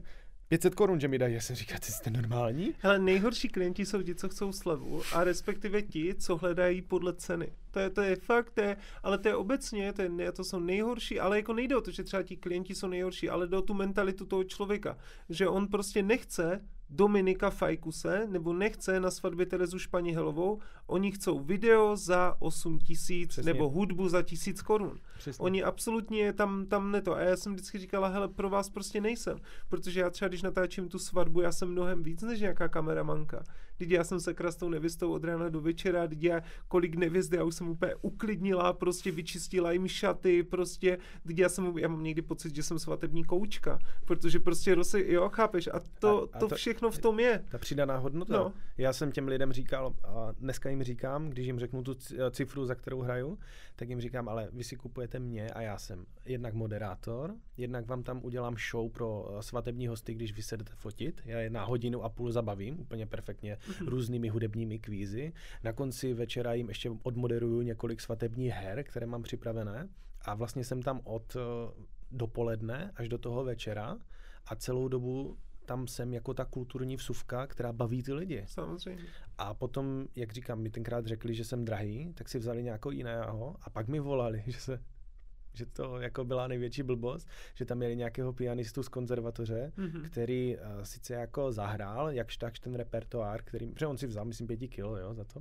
500 korun, že mi dají, já jsem říkal, ty jste normální? Hele, nejhorší klienti jsou ti, co chcou slevu a respektive ti, co hledají podle ceny. To je fakt, ale to je obecně, to jsou nejhorší, ale jako nejde o to, že třeba ti klienti jsou nejhorší, ale jde o tu mentalitu toho člověka, že on prostě nechce Dominika Fajkuse, nebo nechce na svatbě Terezu Španihelovou, oni chcou video za 8 000 nebo hudbu za 1000 korun. Přesně. Oni absolutně tam ne to. A já jsem vždycky říkala, hele, pro vás prostě nejsem, protože já třeba, když natáčím tu svatbu, já jsem mnohem víc než nějaká kameramanka. Když já jsem se s tou nevěstou od rána do večera, když já kolik nevěst, já už jsem úplně uklidnila, prostě vyčistila jim šaty, prostě, já mám někdy pocit, že jsem svatební koučka, protože prostě jo, chápeš, a to všechno v tom je. Ta přidaná hodnota. No. Já jsem těm lidem říkal, a dneska jim říkám, když jim řeknu tu cifru, za kterou hraju, tak jim říkám, ale vy si kupujete mě a já jsem jednak moderátor, jednak vám tam udělám show pro svatební hosty, když vy se jdete fotit, já je na 1,5 hodiny zabavím, úplně perfektně, různými hudebními kvízy. Na konci večera jim ještě odmoderuju několik svatebních her, které mám připravené a vlastně jsem tam od dopoledne až do toho večera a celou dobu tam jsem jako ta kulturní vsuvka, která baví ty lidi. Samozřejmě. A potom, jak říkám, mi tenkrát řekli, že jsem drahý, tak si vzali nějakou jiného a pak mi volali, že to jako byla největší blbost, že tam měli nějakého pianistu z konzervatoře, který sice jako zahrál, jakž takž ten repertoár, protože on si vzal, myslím, 5 kilo, jo, za to.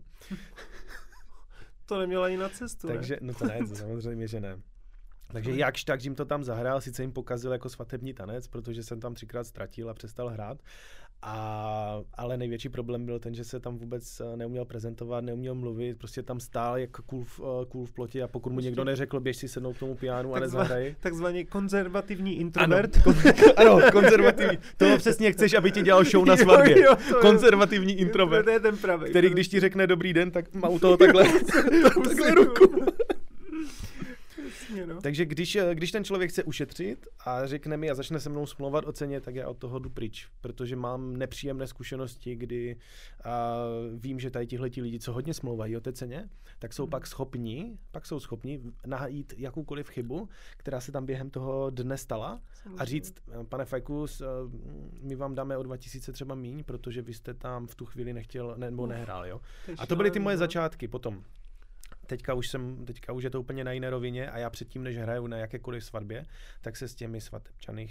To neměl ani na cestu, takže, ne? No to ne, to samozřejmě, že ne. Takže jakž tak, jim to tam zahrál, sice jim pokazil jako svatební tanec, protože jsem tam 3krát ztratil a přestal hrát. Ale největší problém byl ten, že se tam vůbec neuměl prezentovat, neuměl mluvit, prostě tam stál jako kůl v plotě a pokud mu někdo neřekl, běž si sednout k tomu pianu a nezahraj. Takzvaný konzervativní introvert. Ano, konzervativní. Toho přesně chceš, aby ti dělal show na svatbě. konzervativní introvert. To je ten pravý. Který když ti řekne dobrý den, tak má u toho takhle ruku. No. Takže když ten člověk chce ušetřit a řekne mi a začne se mnou smlouvat o ceně, tak já od toho jdu pryč, protože mám nepříjemné zkušenosti, kdy vím, že tady tihleti lidi, co hodně smlouvají o té ceně, tak jsou pak jsou schopni najít jakoukoliv chybu, která se tam během toho dne stala a říct, pane Fajkus, my vám dáme o 2000 třeba míň, protože vy jste tam v tu chvíli nechtěl nebo nehrál, jo. A to byly ty moje začátky potom. Teďka už je to úplně na jiné rovině a já předtím, než hraju na jakékoliv svatbě, tak se s těmi svatebčany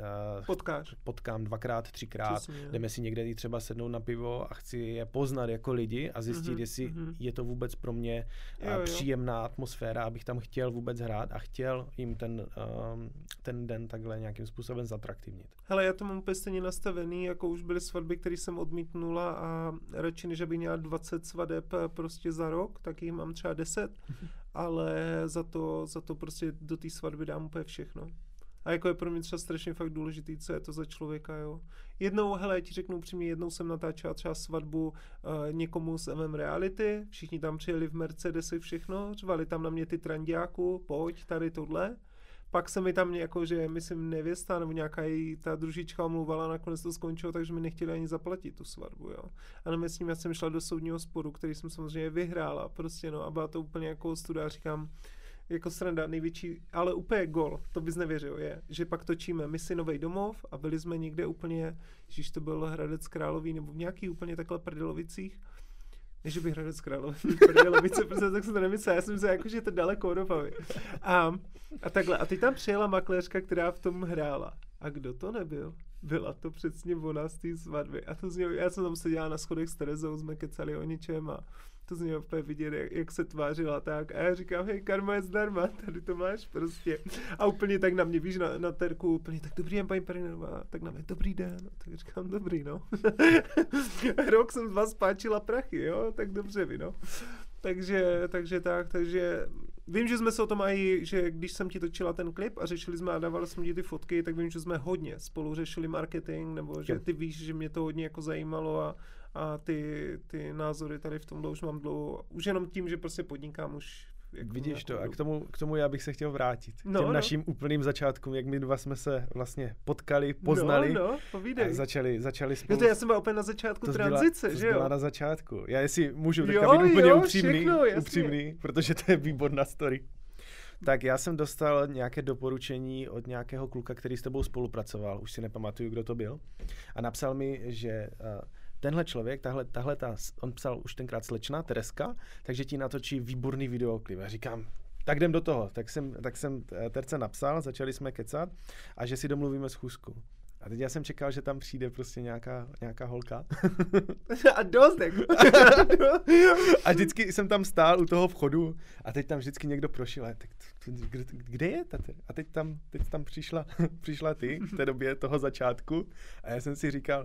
potkám 2x, 3x, přesně, jdeme si někde i třeba sednout na pivo a chci je poznat jako lidi a zjistit, jestli je to vůbec pro mě příjemná atmosféra, abych tam chtěl vůbec hrát a chtěl jim ten den takhle nějakým způsobem zatraktivnit. Hele, já to mám úplně stejně nastavený, jako už byly svatby, které jsem odmítnula a radši než abych měla 20 svadeb prostě za rok, tak jich mám třeba 10, ale za to prostě do té svatby dám úplně všechno. A jako je pro mě třeba strašně fakt důležitý, co je to za člověka, jo. Já ti řeknu upřímně, jednou jsem natáčela třeba svatbu někomu z MM Reality, všichni tam přijeli v Mercedesy, všechno, řvali tam na mě ty trandiáku, pojď, tady tohle. Pak se mi tam jako, že myslím nevěsta nebo nějaká její ta družička omluvala, nakonec to skončilo, takže mi nechtěli ani zaplatit tu svatbu, jo. A nevím, s ním já jsem šla do soudního sporu, který jsem samozřejmě vyhrála, prostě no, a byla to úplně jako ostuda, říkám, jako sranda největší, ale úplně gol, to bys nevěřil, je, že pak točíme Misi Novej domov a byli jsme někde úplně, když to byl Hradec Králové nebo v nějaký úplně takhle Prdelovicích, než bych Hradec Králové, Prdelovice, protože tak jsem to nemyslel, já jsem myslel, jako, že je to daleko od Opavy. A takhle, a teď tam přijela makléřka, která v tom hrála. A kdo to nebyl? Byla to přesně ona z té svatby. A to znělo, já jsem tam seděla na schodech s Terezou, jsme kecali o ničem a to z něho úplně vidět, jak se tvářila tak. A já říkám, hej, karma je zdarma, tady to máš prostě. A úplně tak na mě, víš, na terku, úplně tak dobrý den, paní Perinerová, tak na mě dobrý den. Tak říkám, dobrý, no. Rok jsem z vás páčila prachy, jo, tak dobře vy, no. Takže vím, že jsme se o tom i, že když jsem ti točila ten klip a řešili jsme a dávali jsme ti ty fotky, tak vím, že jsme hodně spolu řešili marketing, nebo že ty víš, že mě to hodně jako zajímalo a ty názory tady v tomhle už mám dlouho. Už jenom tím, že prostě podnikám už. Jako vidíš to, a k tomu já bych se chtěl vrátit. Naším úplným začátkům, jak my dva jsme se vlastně potkali, poznali a začali spolu. Jo, to já jsem byl úplně na začátku tranzice, že jo? To byla na začátku. Já jestli můžu teďka být úplně upřímný, protože to je výborná story. Tak já jsem dostal nějaké doporučení od nějakého kluka, který s tebou spolupracoval, už si nepamatuju, kdo to byl, a napsal mi, že tenhle člověk, on psal už tenkrát slečna, Tereska, takže ti natočí výborný videoklip. Já říkám, tak jdem do toho. Tak jsem Terce napsal, začali jsme kecat a že si domluvíme schůzku. A teď já jsem čekal, že tam přijde prostě nějaká holka. A dost jako. A vždycky jsem tam stál u toho vchodu a teď tam vždycky někdo prošel. A tak kde je tato? A teď tam přišla ty v té době toho začátku a já jsem si říkal,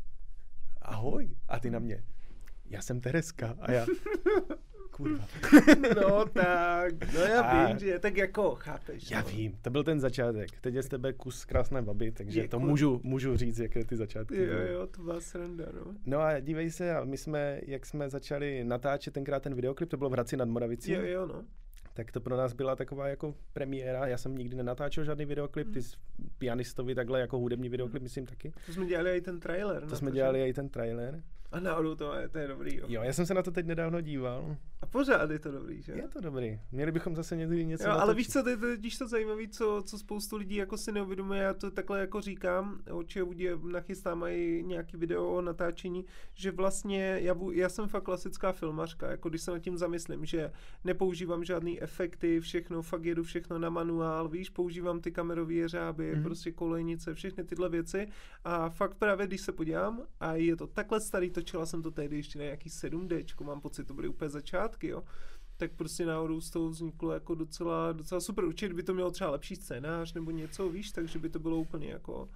ahoj. A ty na mě, já jsem Tereska. A já, kurva. No tak, no já vím, že tak jako chápeš. Já vím, to byl ten začátek. Teď je z tebe kus krásné baby, takže Děkuji. To můžu říct, jaké ty začátky. Jo, to byla sranda, no. No a dívej se, jak jsme začali natáčet tenkrát ten videoklip, to bylo v Hradci nad Moravicí. Jo, no. Tak to pro nás byla taková jako premiéra. Já jsem nikdy nenatáčel žádný videoklip, ty pianistovi takhle jako hudební videoklip, myslím taky. To jsme dělali i ten trailer. To jsme dělali i ten trailer. A náhodou to je dobrý, jo. Jo, já jsem se na to teď nedávno díval. A pořád je to dobrý, že? Je to dobrý. Měli bychom zase někdy něco natočit. Ale víš co, to zajímavé, co spoustu lidí jako si neuvědomuje, já to takhle jako říkám, určitě nachystám i nějaký video o natáčení, že vlastně já jsem fakt klasická filmařka, jako když se nad tím zamyslím, že nepoužívám žádný efekty, všechno, fakt jedu všechno na manuál, víš, používám ty kamerové jeřáby, prostě kolejnice, všechny tyhle věci a fakt právě, když se podívám a je to takhle starý, točila jsem to tehdy ještě na nějaký 7D, mám pocit, to byly úplně začátky, jo. Tak prostě náhodou z toho vzniklo jako docela super. Určitě by to mělo třeba lepší scénář nebo něco, víš, takže by to bylo úplně jako...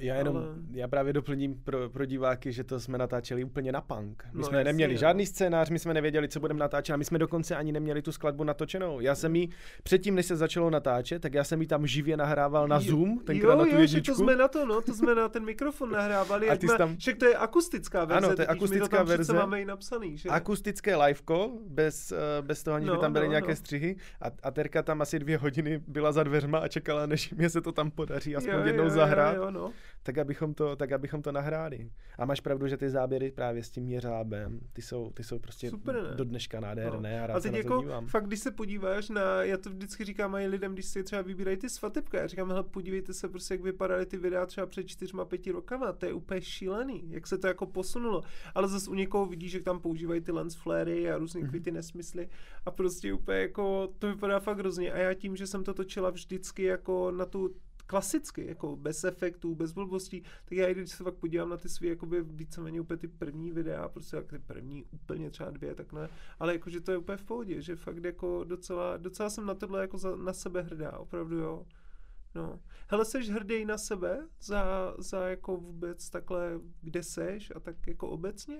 Já právě doplním pro diváky, že to jsme natáčeli úplně na punk. My jsme neměli žádný scénář, my jsme nevěděli, co budeme natáčet a my jsme dokonce ani neměli tu skladbu natočenou. Já jsem jí, předtím, než se začalo natáčet, tak já jsem jí tam živě nahrával na Zoom, tenkrát na tu jedničku. To jsme na to jsme na ten mikrofon nahrávali. A ty tam... Však to je akustická verze. Ano, to je akustická verze. Máme i napsaný, že? Akustické liveko, bez toho, aniž by tam byly nějaké střihy. A Terka tam asi 2 hodiny byla za dveřma a čekala, než mě se to tam podaří aspoň jednou zahrát. Tak abychom to nahráli. A máš pravdu, že ty záběry právě s tím jeřábem, ty jsou prostě super, do dneška nádherné a rád se na to dívám. Fakt, když se podíváš na, já to vždycky říkám i lidem, když si třeba vybírají ty svatebka, já říkám, hele, podívejte se prostě, jak vypadaly ty videa třeba před 4-5 rokama, to je úplně šílený, jak se to jako posunulo. Ale zase u někoho vidíš, že tam používají ty lens flares a různý ty nesmysly a prostě úplně jako, to vypadá fakt hrozně. A já tím, že jsem to točila vždycky jako na tu klasicky, jako bez efektů, bez blbostí, tak já když se fakt podívám na ty svý jakoby víceméně úplně ty první videa, prostě jak ty první úplně třeba 2, tak ne, ale jakože to je úplně v pohodě, že fakt jako docela jsem na tohle jako na sebe hrdá, opravdu jo. No. Hele, seš hrdý na sebe za jako vůbec takhle, kde seš a tak jako obecně?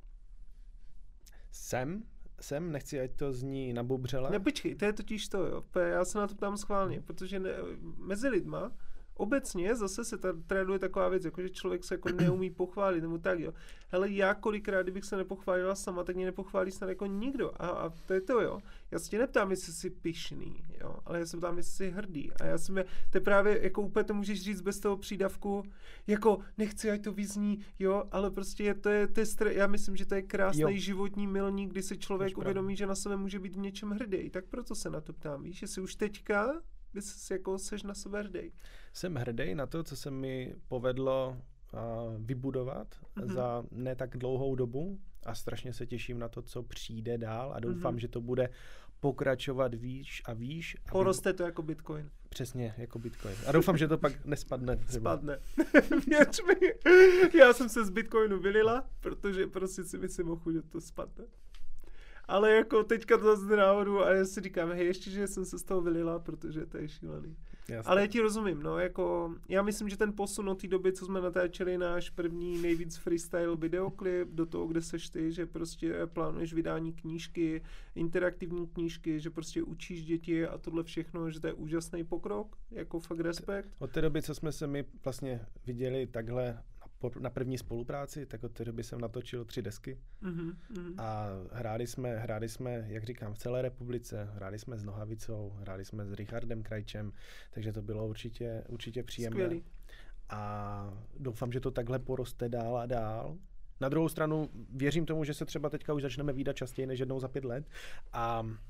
Jsem, nechci, ať to zní nabubřele. Ne, počkej, to je totiž to, jo. Já se na to ptám schválně, protože mezi lidma obecně zase se traduje taková věc, jako že člověk se jako neumí pochválit, nebo tak, jo. Hele, já kolikrát, kdybych se nepochválila sama, tak mě nepochválí snad jako nikdo. A to je to, jo. Já se tě neptám, jestli jsi pyšný, jo, ale já se ptám, jestli jsi hrdý. A já jsem to je právě, jako úplně to můžeš říct bez toho přídavku, jako nechci, ať to vyzní, jo, ale prostě já myslím, že to je krásný životní milník, kdy si člověk uvědomí, že na sebe může být v něčem hrdý. Tak proto se na to ptám, víš, jestli už teďka seš na sebe hrdý. Jsem hrdý na to, co se mi povedlo vybudovat za ne tak dlouhou dobu a strašně se těším na to, co přijde dál a doufám, že to bude pokračovat výš a výš. Poroste to jako Bitcoin. Přesně, jako Bitcoin. A doufám, že to pak nespadne. Spadne. Věř mi. Já jsem se z Bitcoinu vylila, protože prostě si myslím, že to spadne. Ale jako teďka to zase náhodou a já si říkám, hej, ještě, že jsem se z toho vylila, protože to je šílený. Jasně. Ale já ti rozumím, no, jako, já myslím, že ten posun od té doby, co jsme natáčeli náš první nejvíc freestyle videoklip do toho, kde seš ty, že prostě plánuješ vydání knížky, interaktivní knížky, že prostě učíš děti a tohle všechno, že to je úžasný pokrok, jako fakt respekt. Od té doby, co jsme se my vlastně viděli takhle na první spolupráci, tak od té doby jsem natočil 3 desky a hráli jsme, jak říkám, v celé republice, hráli jsme s Nohavicou, hráli jsme s Richardem Krajčem, takže to bylo určitě příjemné. Skvělý. A doufám, že to takhle poroste dál a dál. Na druhou stranu věřím tomu, že se třeba teďka už začneme vídat častěji než jednou za 5 let a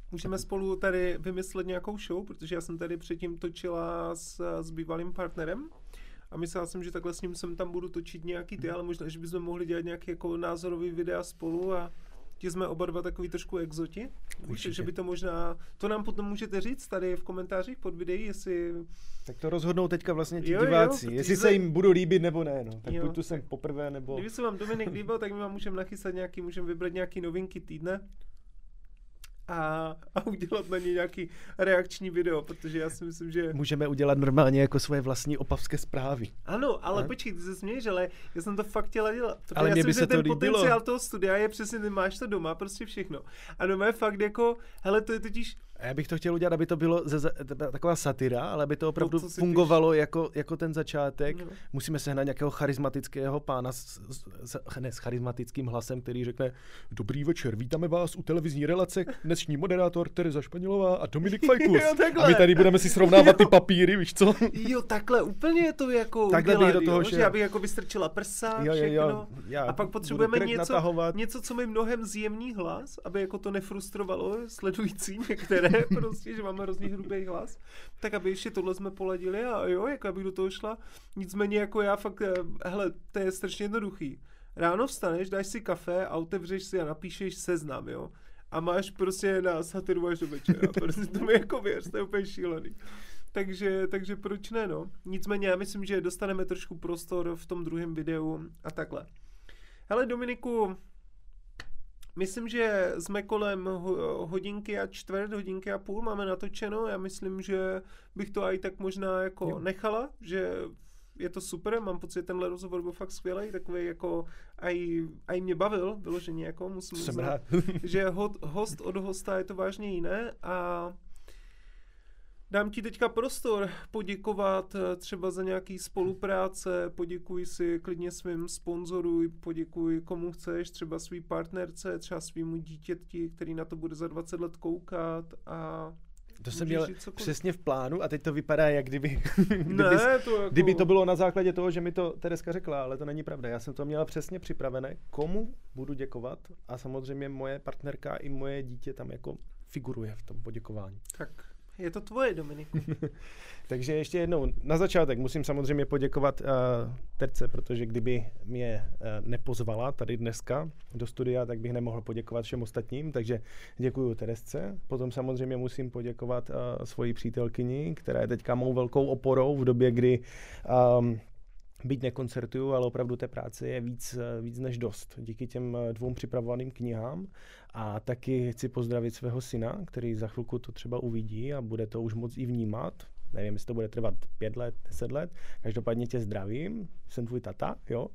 Můžeme spolu tady vymyslet nějakou show, protože já jsem tady předtím točila s bývalým partnerem a myslela jsem, že takhle s ním tam budu točit nějaký ale možná, že bychom mohli dělat nějaký jako názorový videa spolu a ti jsme oba dva takový trošku exoti. Určitě. Že by to možná, to nám potom můžete říct tady v komentářích pod videí, jestli... Tak to rozhodnou teďka vlastně ti diváci, jestli se jim budu líbit nebo ne, no. Tak buď tu jsem poprvé, nebo... Kdyby se vám Dominik líbil, tak my vám můžeme nachystat můžeme vybrat nějaký novinky týdne a udělat na ně nějaký reakční video, protože já si myslím, že... Můžeme udělat normálně jako svoje vlastní opavské zprávy. Ano, ale počkej, ty se směješ, ale já jsem to fakt chtěla dělat. Ale mě by se to líbilo. Ten potenciál toho studia je přesně, ty máš to doma, prostě všechno. A doma je fakt jako, hele, to je totiž... A já bych to chtěl udělat, aby to bylo taková satira, ale aby to opravdu fungovalo jako ten začátek. No. Musíme sehnat nějakého charismatického pána s charismatickým hlasem, který řekne: Dobrý večer, vítáme vás u televizní relace, dnešní moderátor Tereza Španělová a Dominik Fajkus. A my tady budeme si srovnávat ty papíry, víš co? Jo, takhle úplně je to jako takhle udělat, do toho, že já bych jako vystrčila prsa, všechno. A pak potřebujeme něco, co mi mnohem zjemní hlas, aby jako to nefrustrovalo sledující některé. Prostě, že máme hrozně hrubý hlas, tak aby ještě tohle jsme poladili a jo, jako abych do toho šla. Nicméně jako já fakt, hele, to je strašně jednoduchý. Ráno vstaneš, dáš si kafe a otevřeš si a napíšeš seznam, jo. A máš prostě na satiru až do večera. Prostě to mi jako věř, to je úplně šílený. Takže proč ne, no. Nicméně já myslím, že dostaneme trošku prostor v tom druhém videu a takhle. Hele, Dominiku, myslím, že jsme kolem hodinky a čtvrt, hodinky a půl máme natočeno. Já myslím, že bych to i tak možná jako nechala, že je to super, mám pocit, že tenhle rozhovor byl fakt skvělý, takový jako aj mě bavil, vyloženě jako musím uznat, že host od hosta je to vážně jiné a dám ti teďka prostor poděkovat třeba za nějaký spolupráce, poděkuj si klidně svým sponzorům, poděkuj komu chceš, třeba svý partnerce, třeba svýmu dítěti, který na to bude za 20 let koukat a... To jsem měl přesně v plánu a teď to vypadá, jak kdyby to bylo na základě toho, že mi to Tereska řekla, ale to není pravda. Já jsem to měla přesně připravené, komu budu děkovat a samozřejmě moje partnerka i moje dítě tam jako figuruje v tom poděkování. Tak. Je to tvoje, Dominiku. Takže ještě jednou, na začátek musím samozřejmě poděkovat Terce, protože kdyby mě nepozvala tady dneska do studia, tak bych nemohl poděkovat všem ostatním, takže děkuju Teresce. Potom samozřejmě musím poděkovat svoji přítelkyni, která je teďka mou velkou oporou v době, kdy byť nekoncertuju, ale opravdu té práce je víc než dost. Díky těm 2 připravovaným knihám a taky chci pozdravit svého syna, který za chvilku to třeba uvidí a bude to už moc i vnímat. Nevím, jestli to bude trvat 5 let, 10 let. Každopádně tě zdravím, jsem tvůj tata, jo?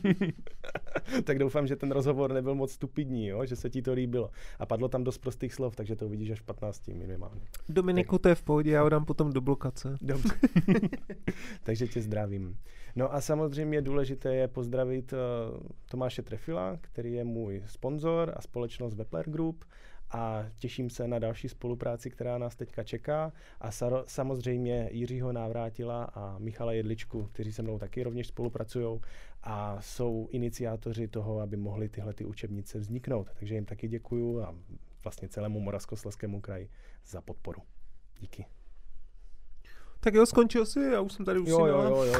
Tak doufám, že ten rozhovor nebyl moc stupidní, jo? Že se ti to líbilo. A padlo tam dost prostých slov, takže to uvidíš až v 15 minimálně. Dominiku, to je v pohodě, já ho dám potom do blokace. Dobře. Takže tě zdravím. No a samozřejmě důležité je pozdravit Tomáše Trefila, který je můj sponzor a společnost Wepler Group. A těším se na další spolupráci, která nás teďka čeká a samozřejmě Jiřího Návrátila a Michala Jedličku, kteří se mnou taky rovněž spolupracují a jsou iniciátoři toho, aby mohly tyhle ty učebnice vzniknout. Takže jim taky děkuju a vlastně celému Moravskoslezskému kraji za podporu. Díky. Tak jo, skončil jsi, já už jsem tady usínal. Jo.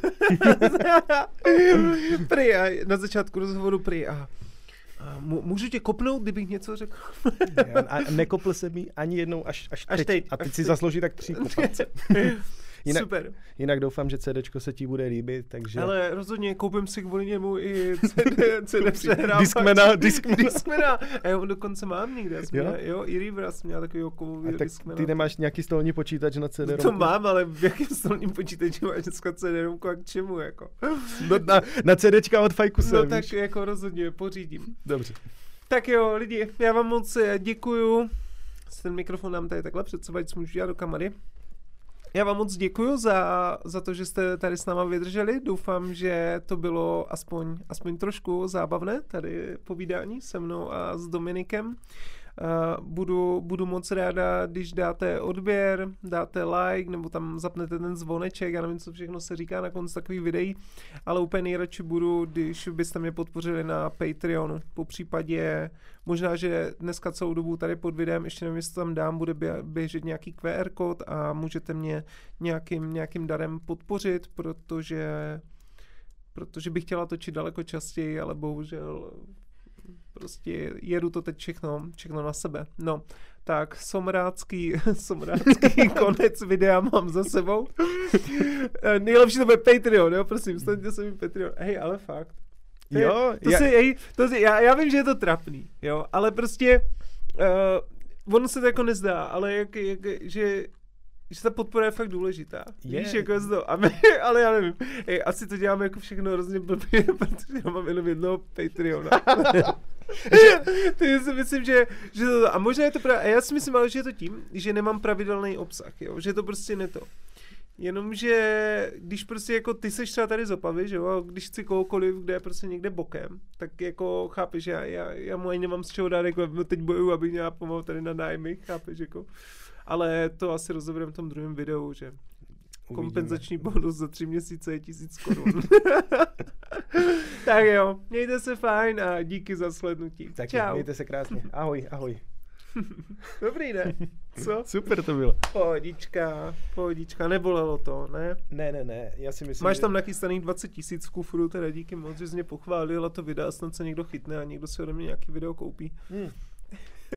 Prý, na začátku rozhovoru prý. Můžu tě kopnout, kdybych něco řekl? A nekopl se mi ani jednou až teď. A teď si zaslouží tak 3 kopace. Super. Jinak doufám, že CDčko se ti bude líbit, takže... Ale rozhodně koupím si kvůli němu i CD přehrávač. Discmana. A já ho dokonce mám někde. Jo, i Reverse měl takový kovový Discmana. Ty nemáš nějaký stolní počítač na CD-romku? To mám, ale v jakém stolním počítači máš dneska CD-romku a k čemu, jako? Na CDčka od Fajkuse, No tak jako rozhodně pořídím. Dobře. Tak jo, lidi, já vám moc děkuju. Ten mikrofon nám tady takhle před sebou, ať můžu dělat do kamery. Já vám moc děkuju za to, že jste tady s náma vydrželi. Doufám, že to bylo aspoň trošku zábavné, tady povídání se mnou a s Dominikem. Budu moc ráda, když dáte odběr, dáte like, nebo tam zapnete ten zvoneček, já nevím, co všechno se říká na konci takových videí, ale úplně nejradši budu, když byste mě podpořili na Patreonu. Po případě, možná, že dneska celou dobu tady pod videem, ještě nevím, jestli tam dám, bude běžet nějaký QR kód a můžete mě nějakým darem podpořit, protože bych chtěla točit daleko častěji, ale bohužel prostě jedu to teď všechno na sebe. No, tak somrácký konec videa mám za sebou. Nejlepší to bude Patreon, jo, prosím, staňte se mi Patreon. Hej, ale fakt. Já vím, že je to trapný, jo, ale prostě ono se to jako nezdá, ale že ta podpora je fakt důležitá. Víš, jako je to, ale já nevím. Asi to děláme jako všechno hrozně blbě, protože já mám jenom jednoho Patreona. Takže si myslím, že to, a možná je to právě, já si myslím ale, že je to tím, že nemám pravidelný obsah, jo, že to prostě ne to. Jenomže, když prostě jako ty seš třeba tady z Opavy, že jo, a když chci kohokoliv, kde je prostě někde bokem, tak jako chápeš, já mu ani nemám z čeho dát, jako teď bojuju, abych měla pomalu tady na nájmy, chápeš, jako. Ale to asi rozebereme v tom druhém videu, že kompenzační bonus za 3 měsíce je 1000 korun. Tak jo, mějte se fajn a díky za slednutí. Tak čau. Mějte se krásně. Ahoj, ahoj. Dobrý, ne? Co? Super to bylo. Pohodička, nebolelo to, ne? Ne, já si myslím, máš tam nachystaných 20 000 v kufru, teda díky moc, že jsi mě pochválil a to videa snad se někdo chytne a někdo si ode mě nějaký video koupí.